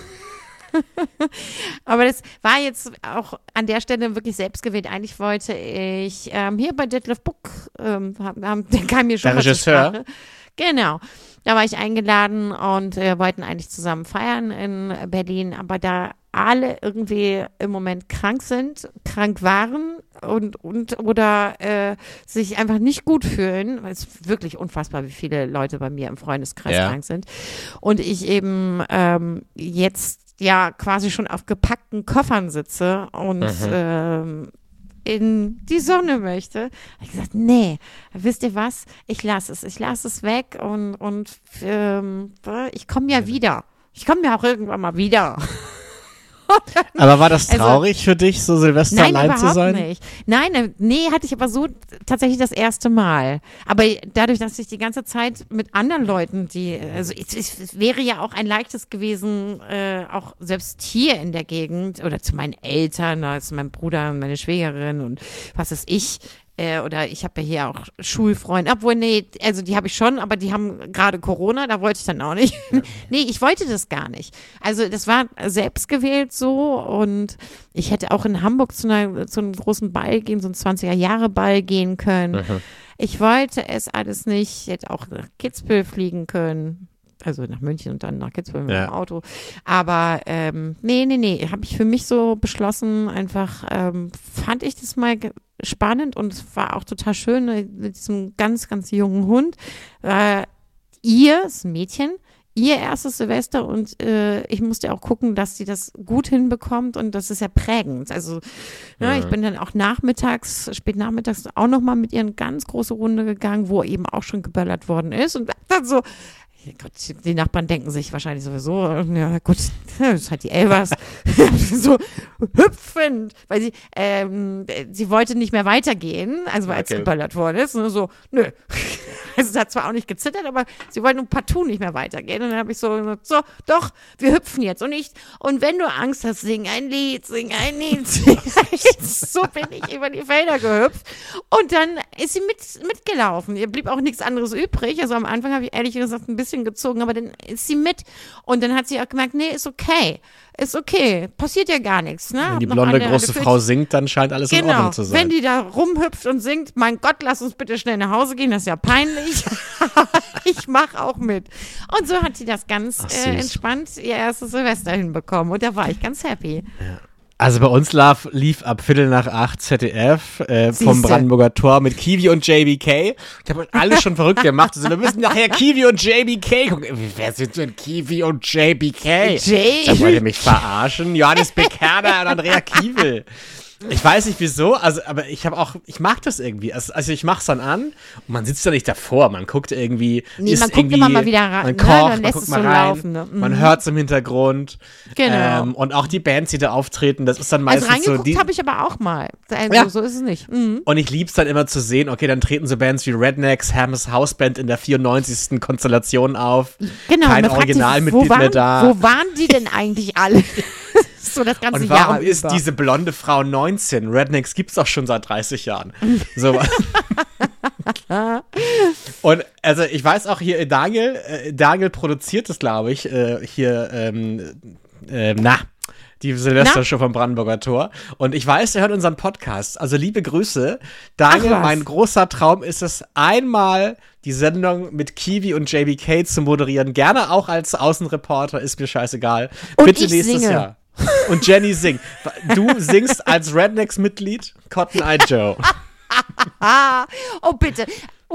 Aber das war jetzt auch an der Stelle wirklich selbst gewählt. Eigentlich wollte ich ähm, hier bei Detlef Buck, ähm, haben, der kam mir schon Der mal zur Regisseur? Sprache. Genau. Da war ich eingeladen und wir wollten eigentlich zusammen feiern in Berlin, aber da alle irgendwie im Moment krank sind, krank waren und, und oder äh, sich einfach nicht gut fühlen, weil es ist wirklich unfassbar, wie viele Leute bei mir im Freundeskreis Ja. krank sind. Und ich eben ähm, jetzt ja quasi schon auf gepackten Koffern sitze und Mhm. ähm, in die Sonne möchte. Habe ich gesagt, nee, wisst ihr was? Ich lasse es. Ich lasse es weg und, und ähm, ich komme ja wieder. Ich komme ja auch irgendwann mal wieder. Aber war das Also- traurig für dich, so Silvester Nein, allein zu überhaupt sein? nicht. Nein, äh, nee, hatte ich aber so tatsächlich das erste Mal. Aber dadurch, dass ich die ganze Zeit mit anderen Leuten, die, also es, es, es wäre ja auch ein leichtes gewesen, äh, auch selbst hier in der Gegend oder zu meinen Eltern, oder zu meinem Bruder und meine Schwägerin und was ist ich, äh, oder ich habe ja hier auch Schulfreunde, obwohl, nee, also die habe ich schon, aber die haben gerade Corona, da wollte ich dann auch nicht. Nee, ich wollte das gar nicht. Also das war selbst gewählt so und ich hätte auch in Hamburg zu, einer, zu einem großen Ball gehen, so ein zwanziger-Jahre-Ball gehen können. Mhm. Ich wollte es alles nicht, ich hätte auch nach Kitzbühel fliegen können. Also nach München und dann nach Kitzbühel mit Ja. dem Auto. Aber ähm, nee, nee, nee, habe ich für mich so beschlossen, einfach ähm, fand ich das mal ge- spannend und es war auch total schön äh, mit diesem ganz, ganz jungen Hund. Äh, ihr, das ist ein Mädchen, ihr erstes Silvester und äh, ich musste auch gucken, dass sie das gut hinbekommt und das ist ja prägend. Also ja, ich bin dann auch nachmittags, spät nachmittags auch nochmal mit ihr eine ganz große Runde gegangen, wo eben auch schon geböllert worden ist und dann so, ja, Gott, die Nachbarn denken sich wahrscheinlich sowieso, ja gut, das ist halt die Elvers, so hüpfend, weil sie, ähm, sie wollte nicht mehr weitergehen, also als Okay. geböllert worden ist, und so, nö. Also sie hat zwar auch nicht gezittert, aber sie wollte nun partout nicht mehr weitergehen. Und dann habe ich so gesagt, so, doch, wir hüpfen jetzt. Und ich, und wenn du Angst hast, sing ein Lied, sing ein Lied, sing ein Lied. So bin ich über die Felder gehüpft. Und dann ist sie mit, mitgelaufen. Ihr blieb auch nichts anderes übrig. Also am Anfang habe ich ehrlich gesagt ein bisschen gezogen, aber dann ist sie mit. Und dann hat sie auch gemerkt, nee, ist okay. Ist okay. Passiert ja gar nichts. Ne? Wenn Hab die noch blonde eine große gefühlt- Frau singt, dann scheint alles in Genau, Ordnung zu sein. wenn die da rumhüpft und singt, mein Gott, lass uns bitte schnell nach Hause gehen, das ist ja peinlich. Ich mache auch mit. Und so hat sie das ganz Ach, süß. äh, entspannt ihr erstes Silvester hinbekommen und da war ich ganz happy. Also bei uns lief, lief ab Viertel nach acht Z D F äh, vom Siehste. Brandenburger Tor mit Kiwi und J B K. Ich habe alle schon verrückt gemacht. Also, wir müssen nachher Kiwi und J B K gucken. Wer sind denn Kiwi und J B K? Jay. Da wollt ihr mich verarschen? Johannes Bekerner und Andrea Kiewel. Ich weiß nicht wieso, also, aber ich habe auch, ich mag das irgendwie. Also, also ich mach's dann an und man sitzt da nicht davor, man guckt irgendwie, Nee, ist man guckt irgendwie, immer mal wieder rein, man ne? kocht, Dann man lässt guckt es mal so rein, laufen, ne? Mhm. man hört's im Hintergrund. Genau. Ähm, und auch die Bands, die da auftreten, das ist dann Also meistens so reingeguckt die. habe ich aber auch mal. Also, Ja. so ist es nicht. Mhm. Und ich lieb's dann immer zu sehen, okay, dann treten so Bands wie Rednecks, Hermes Hausband in der vierundneunzigsten Konstellation auf. Genau. Kein man fragt sich, Originalmitglied wo waren, mehr da. Wo waren die denn eigentlich alle? So das ganze Und warum Jahr ist über. diese blonde Frau neunzehn? Rednecks gibt's doch schon seit dreißig Jahren. So. Und also ich weiß auch hier, Daniel, äh, Daniel produziert es, glaube ich, äh, hier, ähm, äh, na, die Silvestershow vom Brandenburger Tor. Und ich weiß, er hört unseren Podcast. Also liebe Grüße. Daniel, Ach was. mein großer Traum ist es, einmal die Sendung mit Kiwi und J B K zu moderieren. Gerne auch als Außenreporter, ist mir scheißegal. Und Bitte ich nächstes singe. Jahr. Und Jenny singt. Du singst als Rednecks-Mitglied Cotton Eye Joe. Ah, oh bitte.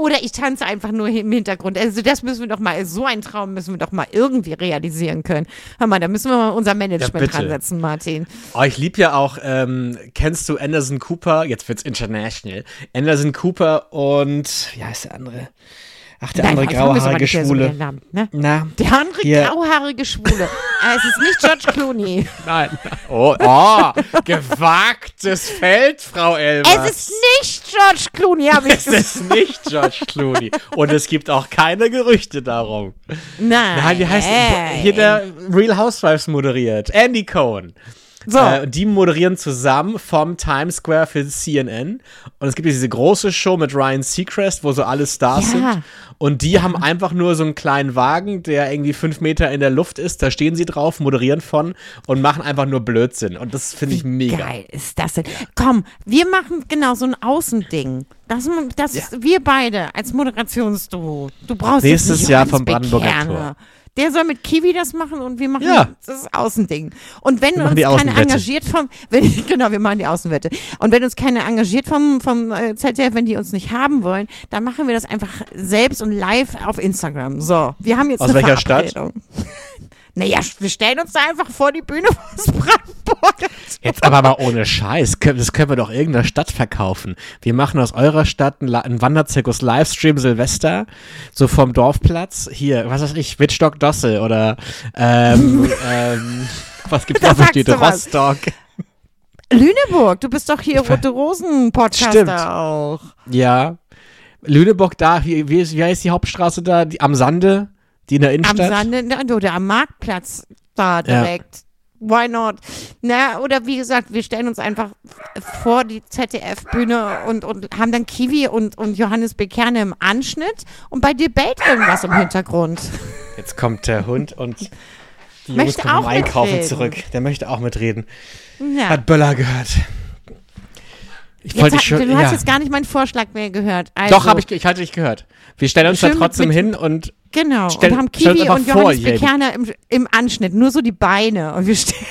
Oder ich tanze einfach nur im Hintergrund. Also das müssen wir doch mal, so einen Traum müssen wir doch mal irgendwie realisieren können. Hör mal, da müssen wir mal unser Management ja, dran setzen, Martin. Oh, ich liebe ja auch, ähm, kennst du Anderson Cooper? Jetzt wird's international. Anderson Cooper und, wie heißt der andere? Ach, der Nein, andere grauhaarige Schwule. So ne? Na, der andere hier. grauhaarige Schwule. äh, es ist nicht George Clooney. Nein. Oh, oh gewagtes Feld, Frau Elvers. Es ist nicht George Clooney, habe ich Es ist nicht George Clooney. Und es gibt auch keine Gerüchte darum. Nein. Nein, wie heißt hier der Real Housewives moderiert? Andy Cohen. So. Äh, die moderieren zusammen vom Times Square für C N N. Und es gibt diese große Show mit Ryan Seacrest, wo so alle Stars Ja. sind. Und die haben einfach nur so einen kleinen Wagen, der irgendwie fünf Meter in der Luft ist. Da stehen sie drauf, moderieren von und machen einfach nur Blödsinn. Und das finde ich mega. Geil ist das denn? Komm, wir machen genau so ein Außending. Das, das Ja. wir beide als Moderationsduo. Du brauchst Nächstes jetzt nicht Jahr Johannes vom Brandenburger Bekerner. Tor. Der soll mit Kiwi das machen und wir machen Ja. das Außending. Und wenn Wir uns machen die keiner Außenwette. engagiert vom, wenn, genau, wir machen die Außenwette. Und wenn uns keiner engagiert vom, vom äh, Z D F, wenn die uns nicht haben wollen, dann machen wir das einfach selbst und live auf Instagram. So, wir haben jetzt Aus eine welcher Stadt? Verabredung. Naja, wir stellen uns da einfach vor die Bühne aus Brandenburg. Jetzt aber mal ohne Scheiß. Das können wir doch irgendeiner Stadt verkaufen. Wir machen aus eurer Stadt einen, La- einen Wanderzirkus-Livestream Silvester, so vom Dorfplatz. Hier, was weiß ich, Wittstock-Dossel oder ähm, ähm, was gibt's Da da für sagst Städte? du was. Rostock. Lüneburg, du bist doch hier Rote Rosen Podcaster Stimmt. auch. Ja. Lüneburg da, wie, wie, wie heißt die Hauptstraße da? Die, am Sande? Die in der Am Innenstadt? Sande oder am Marktplatz da direkt. Why not? Na, oder wie gesagt, wir stellen uns einfach vor die Z D F-Bühne und, und haben dann Kiwi und, und Johannes Bekerner im Anschnitt und bei Debate irgendwas im Hintergrund. Jetzt kommt der Hund und die Jungs Möchte kommen vom auch Einkaufen mitreden. zurück. Der möchte auch mitreden. Ja. Hat Böller gehört. Ich Jetzt wollte hat, schon, du ja. hast jetzt gar nicht meinen Vorschlag mehr gehört. Also, Doch, hab ich, ich hatte dich gehört. Wir stellen uns da Schön mit- trotzdem mit- hin und Genau, Stell- und haben stell uns Kiwi einfach und vor, Johannes Jenny. Bekerner im, im Anschnitt, nur so die Beine und wir stehen.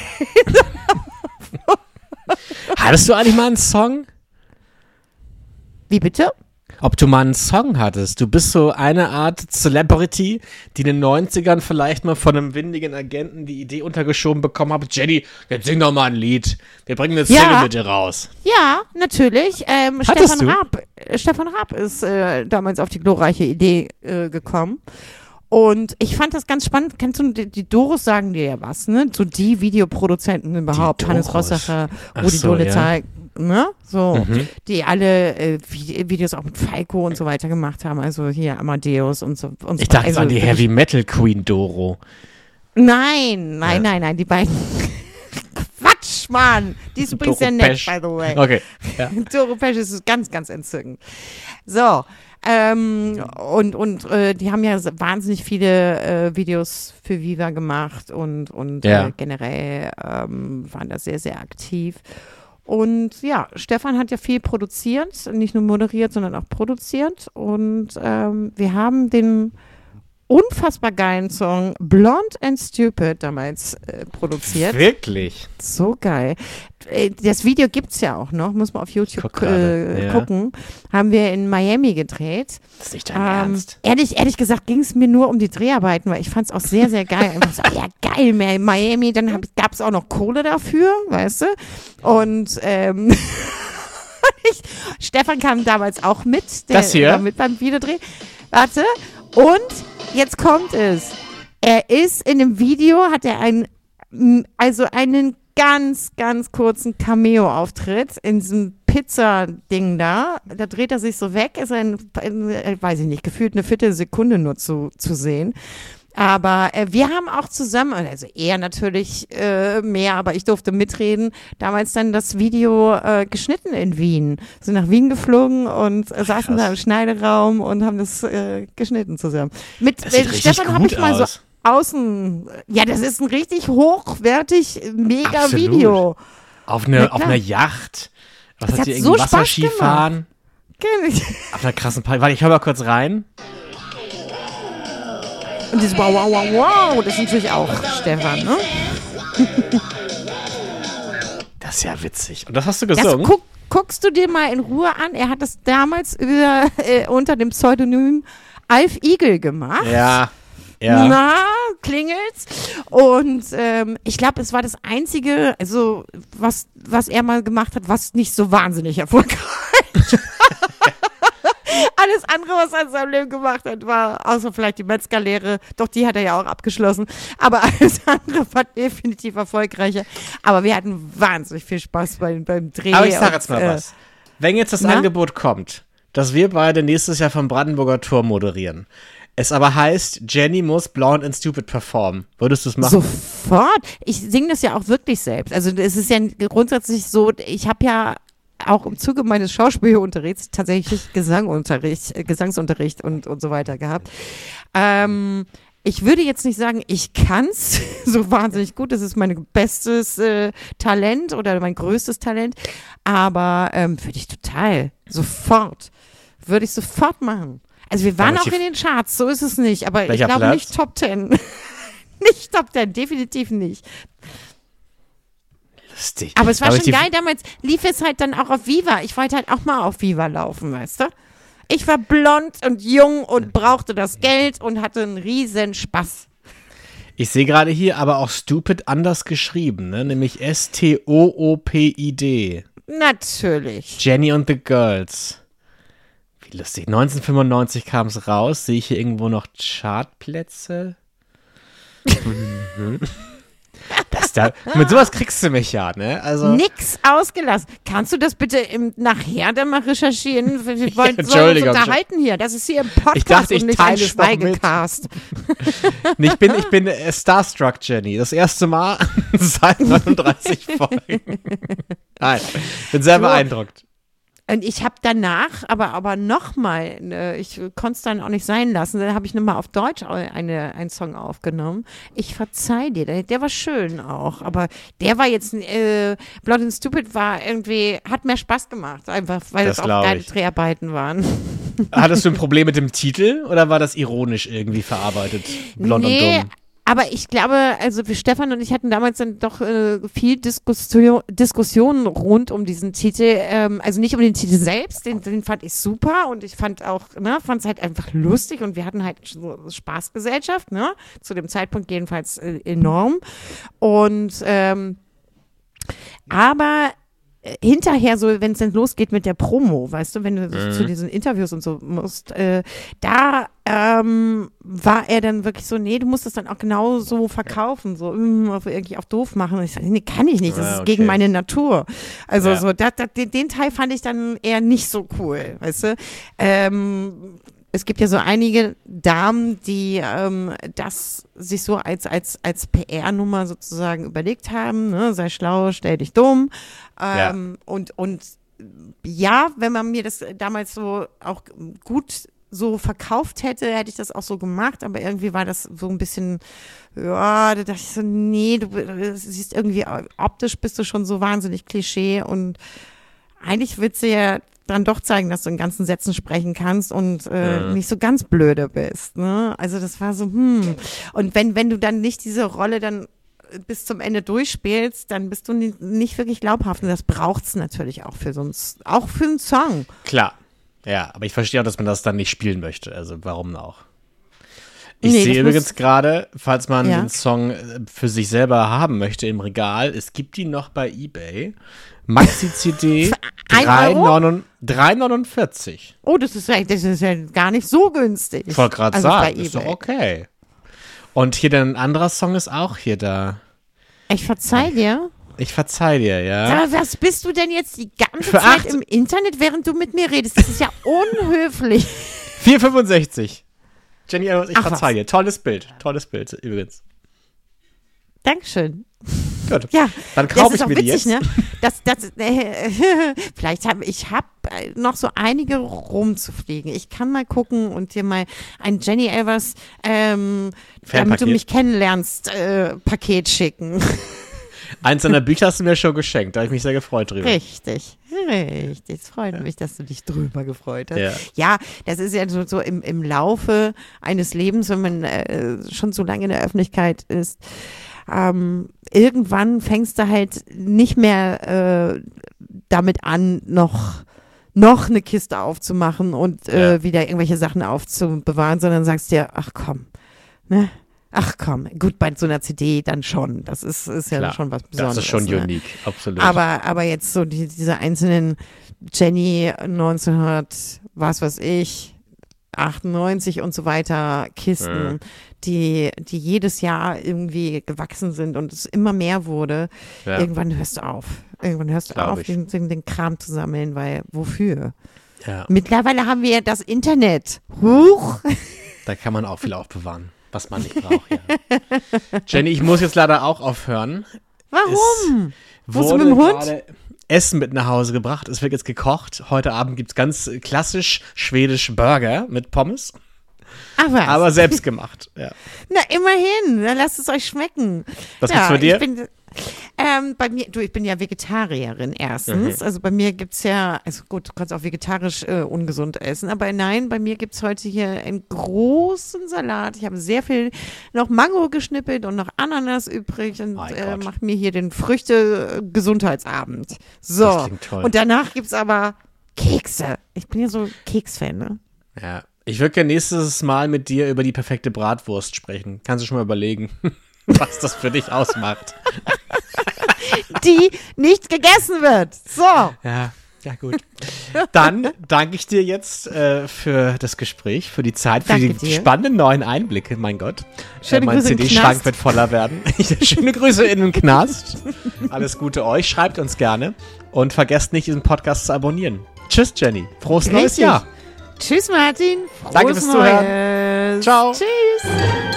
hattest du eigentlich mal einen Song? Wie bitte? Ob du mal einen Song hattest? Du bist so eine Art Celebrity, die in den neunzigern vielleicht mal von einem windigen Agenten die Idee untergeschoben bekommen hat, Jenny, jetzt sing doch mal ein Lied. Wir bringen eine Ja. Single mit dir raus. Ja, natürlich. Ähm, Hattest Stefan du? Raab, äh, Stefan Raab ist äh, damals auf die glorreiche Idee äh, gekommen. Und ich fand das ganz spannend. Kennst du, die, die Doros sagen dir ja was, ne? So die Videoproduzenten überhaupt. Die Hannes Doros. Rossacher, Ach Rudi so, Dolezal, ne? So, Mhm. die alle äh, Vi- Videos auch mit Falco und so weiter gemacht haben. Also hier Amadeus und so. Und so Ich dachte, also, es war die wirklich- Heavy Metal Queen Doro. Nein, nein, Ja. nein, nein, die beiden. Quatsch, Mann. Die ist übrigens sehr Doro nett, Pesch. by the way. Okay. Ja. Doro Pesch ist ganz, ganz entzückend. So, ähm, und, und äh, die haben ja wahnsinnig viele äh, Videos für Viva gemacht und, und Ja. äh, generell ähm, waren da sehr, sehr aktiv. Und ja, Stefan hat ja viel produziert, nicht nur moderiert, sondern auch produziert. Und ähm, wir haben den unfassbar geilen Song Blonde and Stupid damals äh, produziert. Wirklich? So geil. Äh, Das Video gibt's ja auch noch, muss man auf YouTube Guck gerade, äh, ja. gucken. Haben wir in Miami gedreht. Das ist nicht dein Ähm, Ernst. ehrlich, ehrlich gesagt ging es mir nur um die Dreharbeiten, weil ich fand es auch sehr, sehr geil. Einfach so, ja geil, Mi- Miami, dann gab es auch noch Kohle dafür, weißt du? Und ähm, ich, Stefan kam damals auch mit. Der Das hier? war mit beim Videodreh. Warte. Und jetzt kommt es. Er ist in dem Video, hat er einen, m, also einen ganz, ganz kurzen Cameo-Auftritt in diesem Pizza-Ding da. Da dreht er sich so weg, ist ein, ein äh, weiß ich nicht, gefühlt eine Viertelsekunde nur zu, zu sehen. Aber äh, wir haben auch zusammen, also er natürlich äh, mehr, aber ich durfte mitreden, damals dann das Video äh, geschnitten in Wien. Sind nach Wien geflogen und äh, saßen krass. da im Schneideraum und haben das äh, geschnitten zusammen. Mit Das sieht äh, richtig Stefan habe gut ich mal aus. so außen, ja, das ist ein richtig hochwertig, mega Absolut. Video. Auf, Na eine, klar. auf einer Yacht. Was Das hat hat die so irgendwie Spaß Wasserski gemacht. fahren? Kenn ich. Auf einer krassen Party. Warte, ich hör mal kurz rein. Und dieses wow, wow, wow, wow, das ist natürlich auch Stefan, ne? Das ist ja witzig. Und das hast du Das, gesungen? guck, guckst du dir mal in Ruhe an. Er hat das damals über, äh, unter dem Pseudonym Alf Igel gemacht. Ja, ja. Na, klingelt's. Und ähm, ich glaube, es war das Einzige, also was, was er mal gemacht hat, was nicht so wahnsinnig erfolgreich Alles andere, was er in seinem Leben gemacht hat, war, außer vielleicht die Metzgerlehre, doch die hat er ja auch abgeschlossen, aber alles andere war definitiv erfolgreicher. Aber wir hatten wahnsinnig viel Spaß beim, beim Dreh. Aber ich sag und, jetzt mal äh, was. Wenn jetzt das na? Angebot kommt, dass wir beide nächstes Jahr vom Brandenburger Tor moderieren, es aber heißt, Jenny muss Blonde and Stupid performen, würdest du es machen? Sofort. Ich singe das ja auch wirklich selbst. Also es ist ja grundsätzlich so, ich habe ja auch im Zuge meines Schauspielunterrichts tatsächlich Gesangunterricht, äh, Gesangsunterricht und, und so weiter gehabt. Ähm, ich würde jetzt nicht sagen, ich kann's so wahnsinnig gut. Das ist mein bestes äh, Talent oder mein größtes Talent. Aber ähm, würde ich total, sofort, würde ich sofort machen. Also wir waren Aber auch in den Charts, so ist es nicht. Aber Welcher ich glaube Platz? nicht Top Ten. Nicht Top Ten, definitiv nicht. Lustig. Aber es war Aber schon die- geil, damals lief es halt dann auch auf Viva. Ich wollte halt auch mal auf Viva laufen, weißt du? Ich war blond und jung und brauchte das Geld und hatte einen riesen Spaß. Ich sehe gerade hier aber auch Stupid anders geschrieben, ne? Nämlich S T O O P I D. Natürlich. Jenny and the Girls. Wie lustig. neunzehnhundertfünfundneunzig kam es raus. Sehe ich hier irgendwo noch Chartplätze? Mhm. Das da, mit sowas kriegst du mich ja, ne? Also, Nix ausgelassen. Kannst du das bitte im, nachher dann mal recherchieren? Wir wollen sollen uns Entschuldigung. unterhalten hier. Das ist hier ein Podcast Ich dachte, ich und nicht ein teile es noch mit. Schweigecast. ich bin, ich bin äh, Starstruck, Jenny. Das erste Mal seit neununddreißig Folgen. Nein, bin sehr So. beeindruckt. Und ich habe danach, aber aber nochmal, äh, ich konnte es dann auch nicht sein lassen, dann habe ich nochmal auf Deutsch eine, einen Song aufgenommen. Ich verzeih dir, der, der war schön auch, aber der war jetzt, äh, Blonde and Stupid war irgendwie, hat mehr Spaß gemacht, einfach, weil Das es auch glaub geile ich. Dreharbeiten waren. Hattest du ein Problem mit dem Titel oder war das ironisch irgendwie verarbeitet? Blond nee, und dumm. aber ich glaube, also wir Stefan und ich hatten damals dann doch äh, viel Diskussion, Diskussionen rund um diesen Titel. Ähm, also nicht um den Titel selbst, den, den fand ich super und ich fand auch, ne, fand es halt einfach lustig und wir hatten halt so Spaßgesellschaft, ne, zu dem Zeitpunkt jedenfalls äh, enorm. Und ähm, aber äh, hinterher so, wenn es dann losgeht mit der Promo, weißt du, wenn du Mhm. zu diesen Interviews und so musst, äh, da ähm, war er dann wirklich so, nee, du musst das dann auch genau so verkaufen, so mm, auf- irgendwie auch doof machen. Und ich sage, nee, kann ich nicht, das Ah, ist okay. gegen meine Natur. Also Ja. so, dat, dat, den, den Teil fand ich dann eher nicht so cool, weißt du. Ähm, es gibt ja so einige Damen, die ähm, das sich so als, als, als P R-Nummer sozusagen überlegt haben, ne? Sei schlau, stell dich dumm. Ähm, und, und ja, wenn man mir das damals so auch gut so verkauft hätte, hätte ich das auch so gemacht, aber irgendwie war das so ein bisschen, ja, da dachte ich so, nee, du du siehst irgendwie, optisch bist du schon so wahnsinnig Klischee und eigentlich willst du ja dann doch zeigen, dass du in ganzen Sätzen sprechen kannst und äh, Mhm. nicht so ganz blöde bist, ne? Also das war so, hm. Und wenn, wenn du dann nicht diese Rolle dann bis zum Ende durchspielst, dann bist du ni- nicht wirklich glaubhaft und das braucht's natürlich auch für so einen, S- auch für einen Song. Klar. Ja, aber ich verstehe auch, dass man das dann nicht spielen möchte. Also warum auch? Ich Nee, sehe das übrigens muss- gerade, falls man Ja. den Song äh, für sich selber haben möchte im Regal, es gibt die noch bei eBay. Maxi-C D ein Euro? drei neunundvierzig. Oh, das ist ja, das ist ja gar nicht so günstig. Ich wollte gerade Also bei sagen, ist doch eBay. okay. Und hier dann ein anderer Song ist auch hier da. Ich verzeih dir. Ich verzeih dir, ja. Sag mal, was bist du denn jetzt die ganze Für Zeit acht- im Internet, während du mit mir redest? Das ist ja unhöflich. vier fünfundsechzig. Jenny, ich Ach, verzeih was. dir. Tolles Bild. Tolles Bild übrigens. Dankeschön. Gut. Ja, Dann das kaufe ist ich auch mir die witzig, jetzt. ne? Das, das, äh, vielleicht habe ich hab äh, noch so einige rumzufliegen. Ich kann mal gucken und dir mal ein Jenny Elvers, ähm, damit du Fanpaket. mich kennenlernst, äh, Paket schicken. Eins deiner Bücher hast du mir schon geschenkt. Da habe ich mich sehr gefreut drüber. Richtig, richtig. Es freut mich, dass du dich drüber gefreut hast. Ja. Ja, das ist ja so, so im, im Laufe eines Lebens, wenn man äh, schon so lange in der Öffentlichkeit ist, ähm, irgendwann fängst du halt nicht mehr äh, damit an, noch noch eine Kiste aufzumachen und äh, Ja. wieder irgendwelche Sachen aufzubewahren, sondern sagst dir, ach komm, ne? Ach komm, gut, bei so einer C D dann schon. Das ist, ist ja Klar, schon was Besonderes. Das ist schon ne? unique, absolut. Aber, aber jetzt so die, diese einzelnen Jenny neunzehnhundert, was weiß ich, achtundneunzig und so weiter Kisten, Mhm. die, die jedes Jahr irgendwie gewachsen sind und es immer mehr wurde, ja. irgendwann hörst du auf. Irgendwann hörst du Glaub auf, ich. den, den, den Kram zu sammeln, weil wofür? ja. Mittlerweile haben wir das Internet. Huch! Da kann man auch viel aufbewahren, was man nicht braucht. Ja. Jenny, ich muss jetzt leider auch aufhören. Warum? Es Wo ist du wurde mit dem Hund? gerade Essen mit nach Hause gebracht. Es wird jetzt gekocht. Heute Abend gibt es ganz klassisch schwedisch Burger mit Pommes, Ach was. aber selbst gemacht. Ja. Na, immerhin. Dann lasst es euch schmecken. Was ja, gibt's bei dir? Ich bin, ähm, bei mir, du, ich bin ja Vegetarierin erstens. Mhm. Also bei mir gibt's ja, also gut, du kannst auch vegetarisch äh, ungesund essen, aber nein, bei mir gibt's heute hier einen großen Salat. Ich habe sehr viel noch Mango geschnippelt und noch Ananas übrig und Mein äh, Gott. mache mir hier den Früchte-Gesundheitsabend. So. Das klingt toll. Und danach gibt's aber Kekse. Ich bin ja so Keksfan, ne? Ja. Ich würde gerne nächstes Mal mit dir über die perfekte Bratwurst sprechen. Kannst du schon mal überlegen, was das für dich ausmacht. Die nicht gegessen wird. So. Ja, ja gut. Dann danke ich dir jetzt äh, für das Gespräch, für die Zeit, für Danke die dir. spannenden neuen Einblicke. Mein Gott. Schöne äh, mein Grüße in den C D-Schrank Knast. wird voller werden. Schöne Grüße in den Knast. Alles Gute euch. Schreibt uns gerne. Und vergesst nicht, diesen Podcast zu abonnieren. Tschüss, Jenny. Frohes neues Richtig. Jahr. Tschüss, Martin. Frohes Danke fürs Neues. Zuhören. Ciao. Tschüss.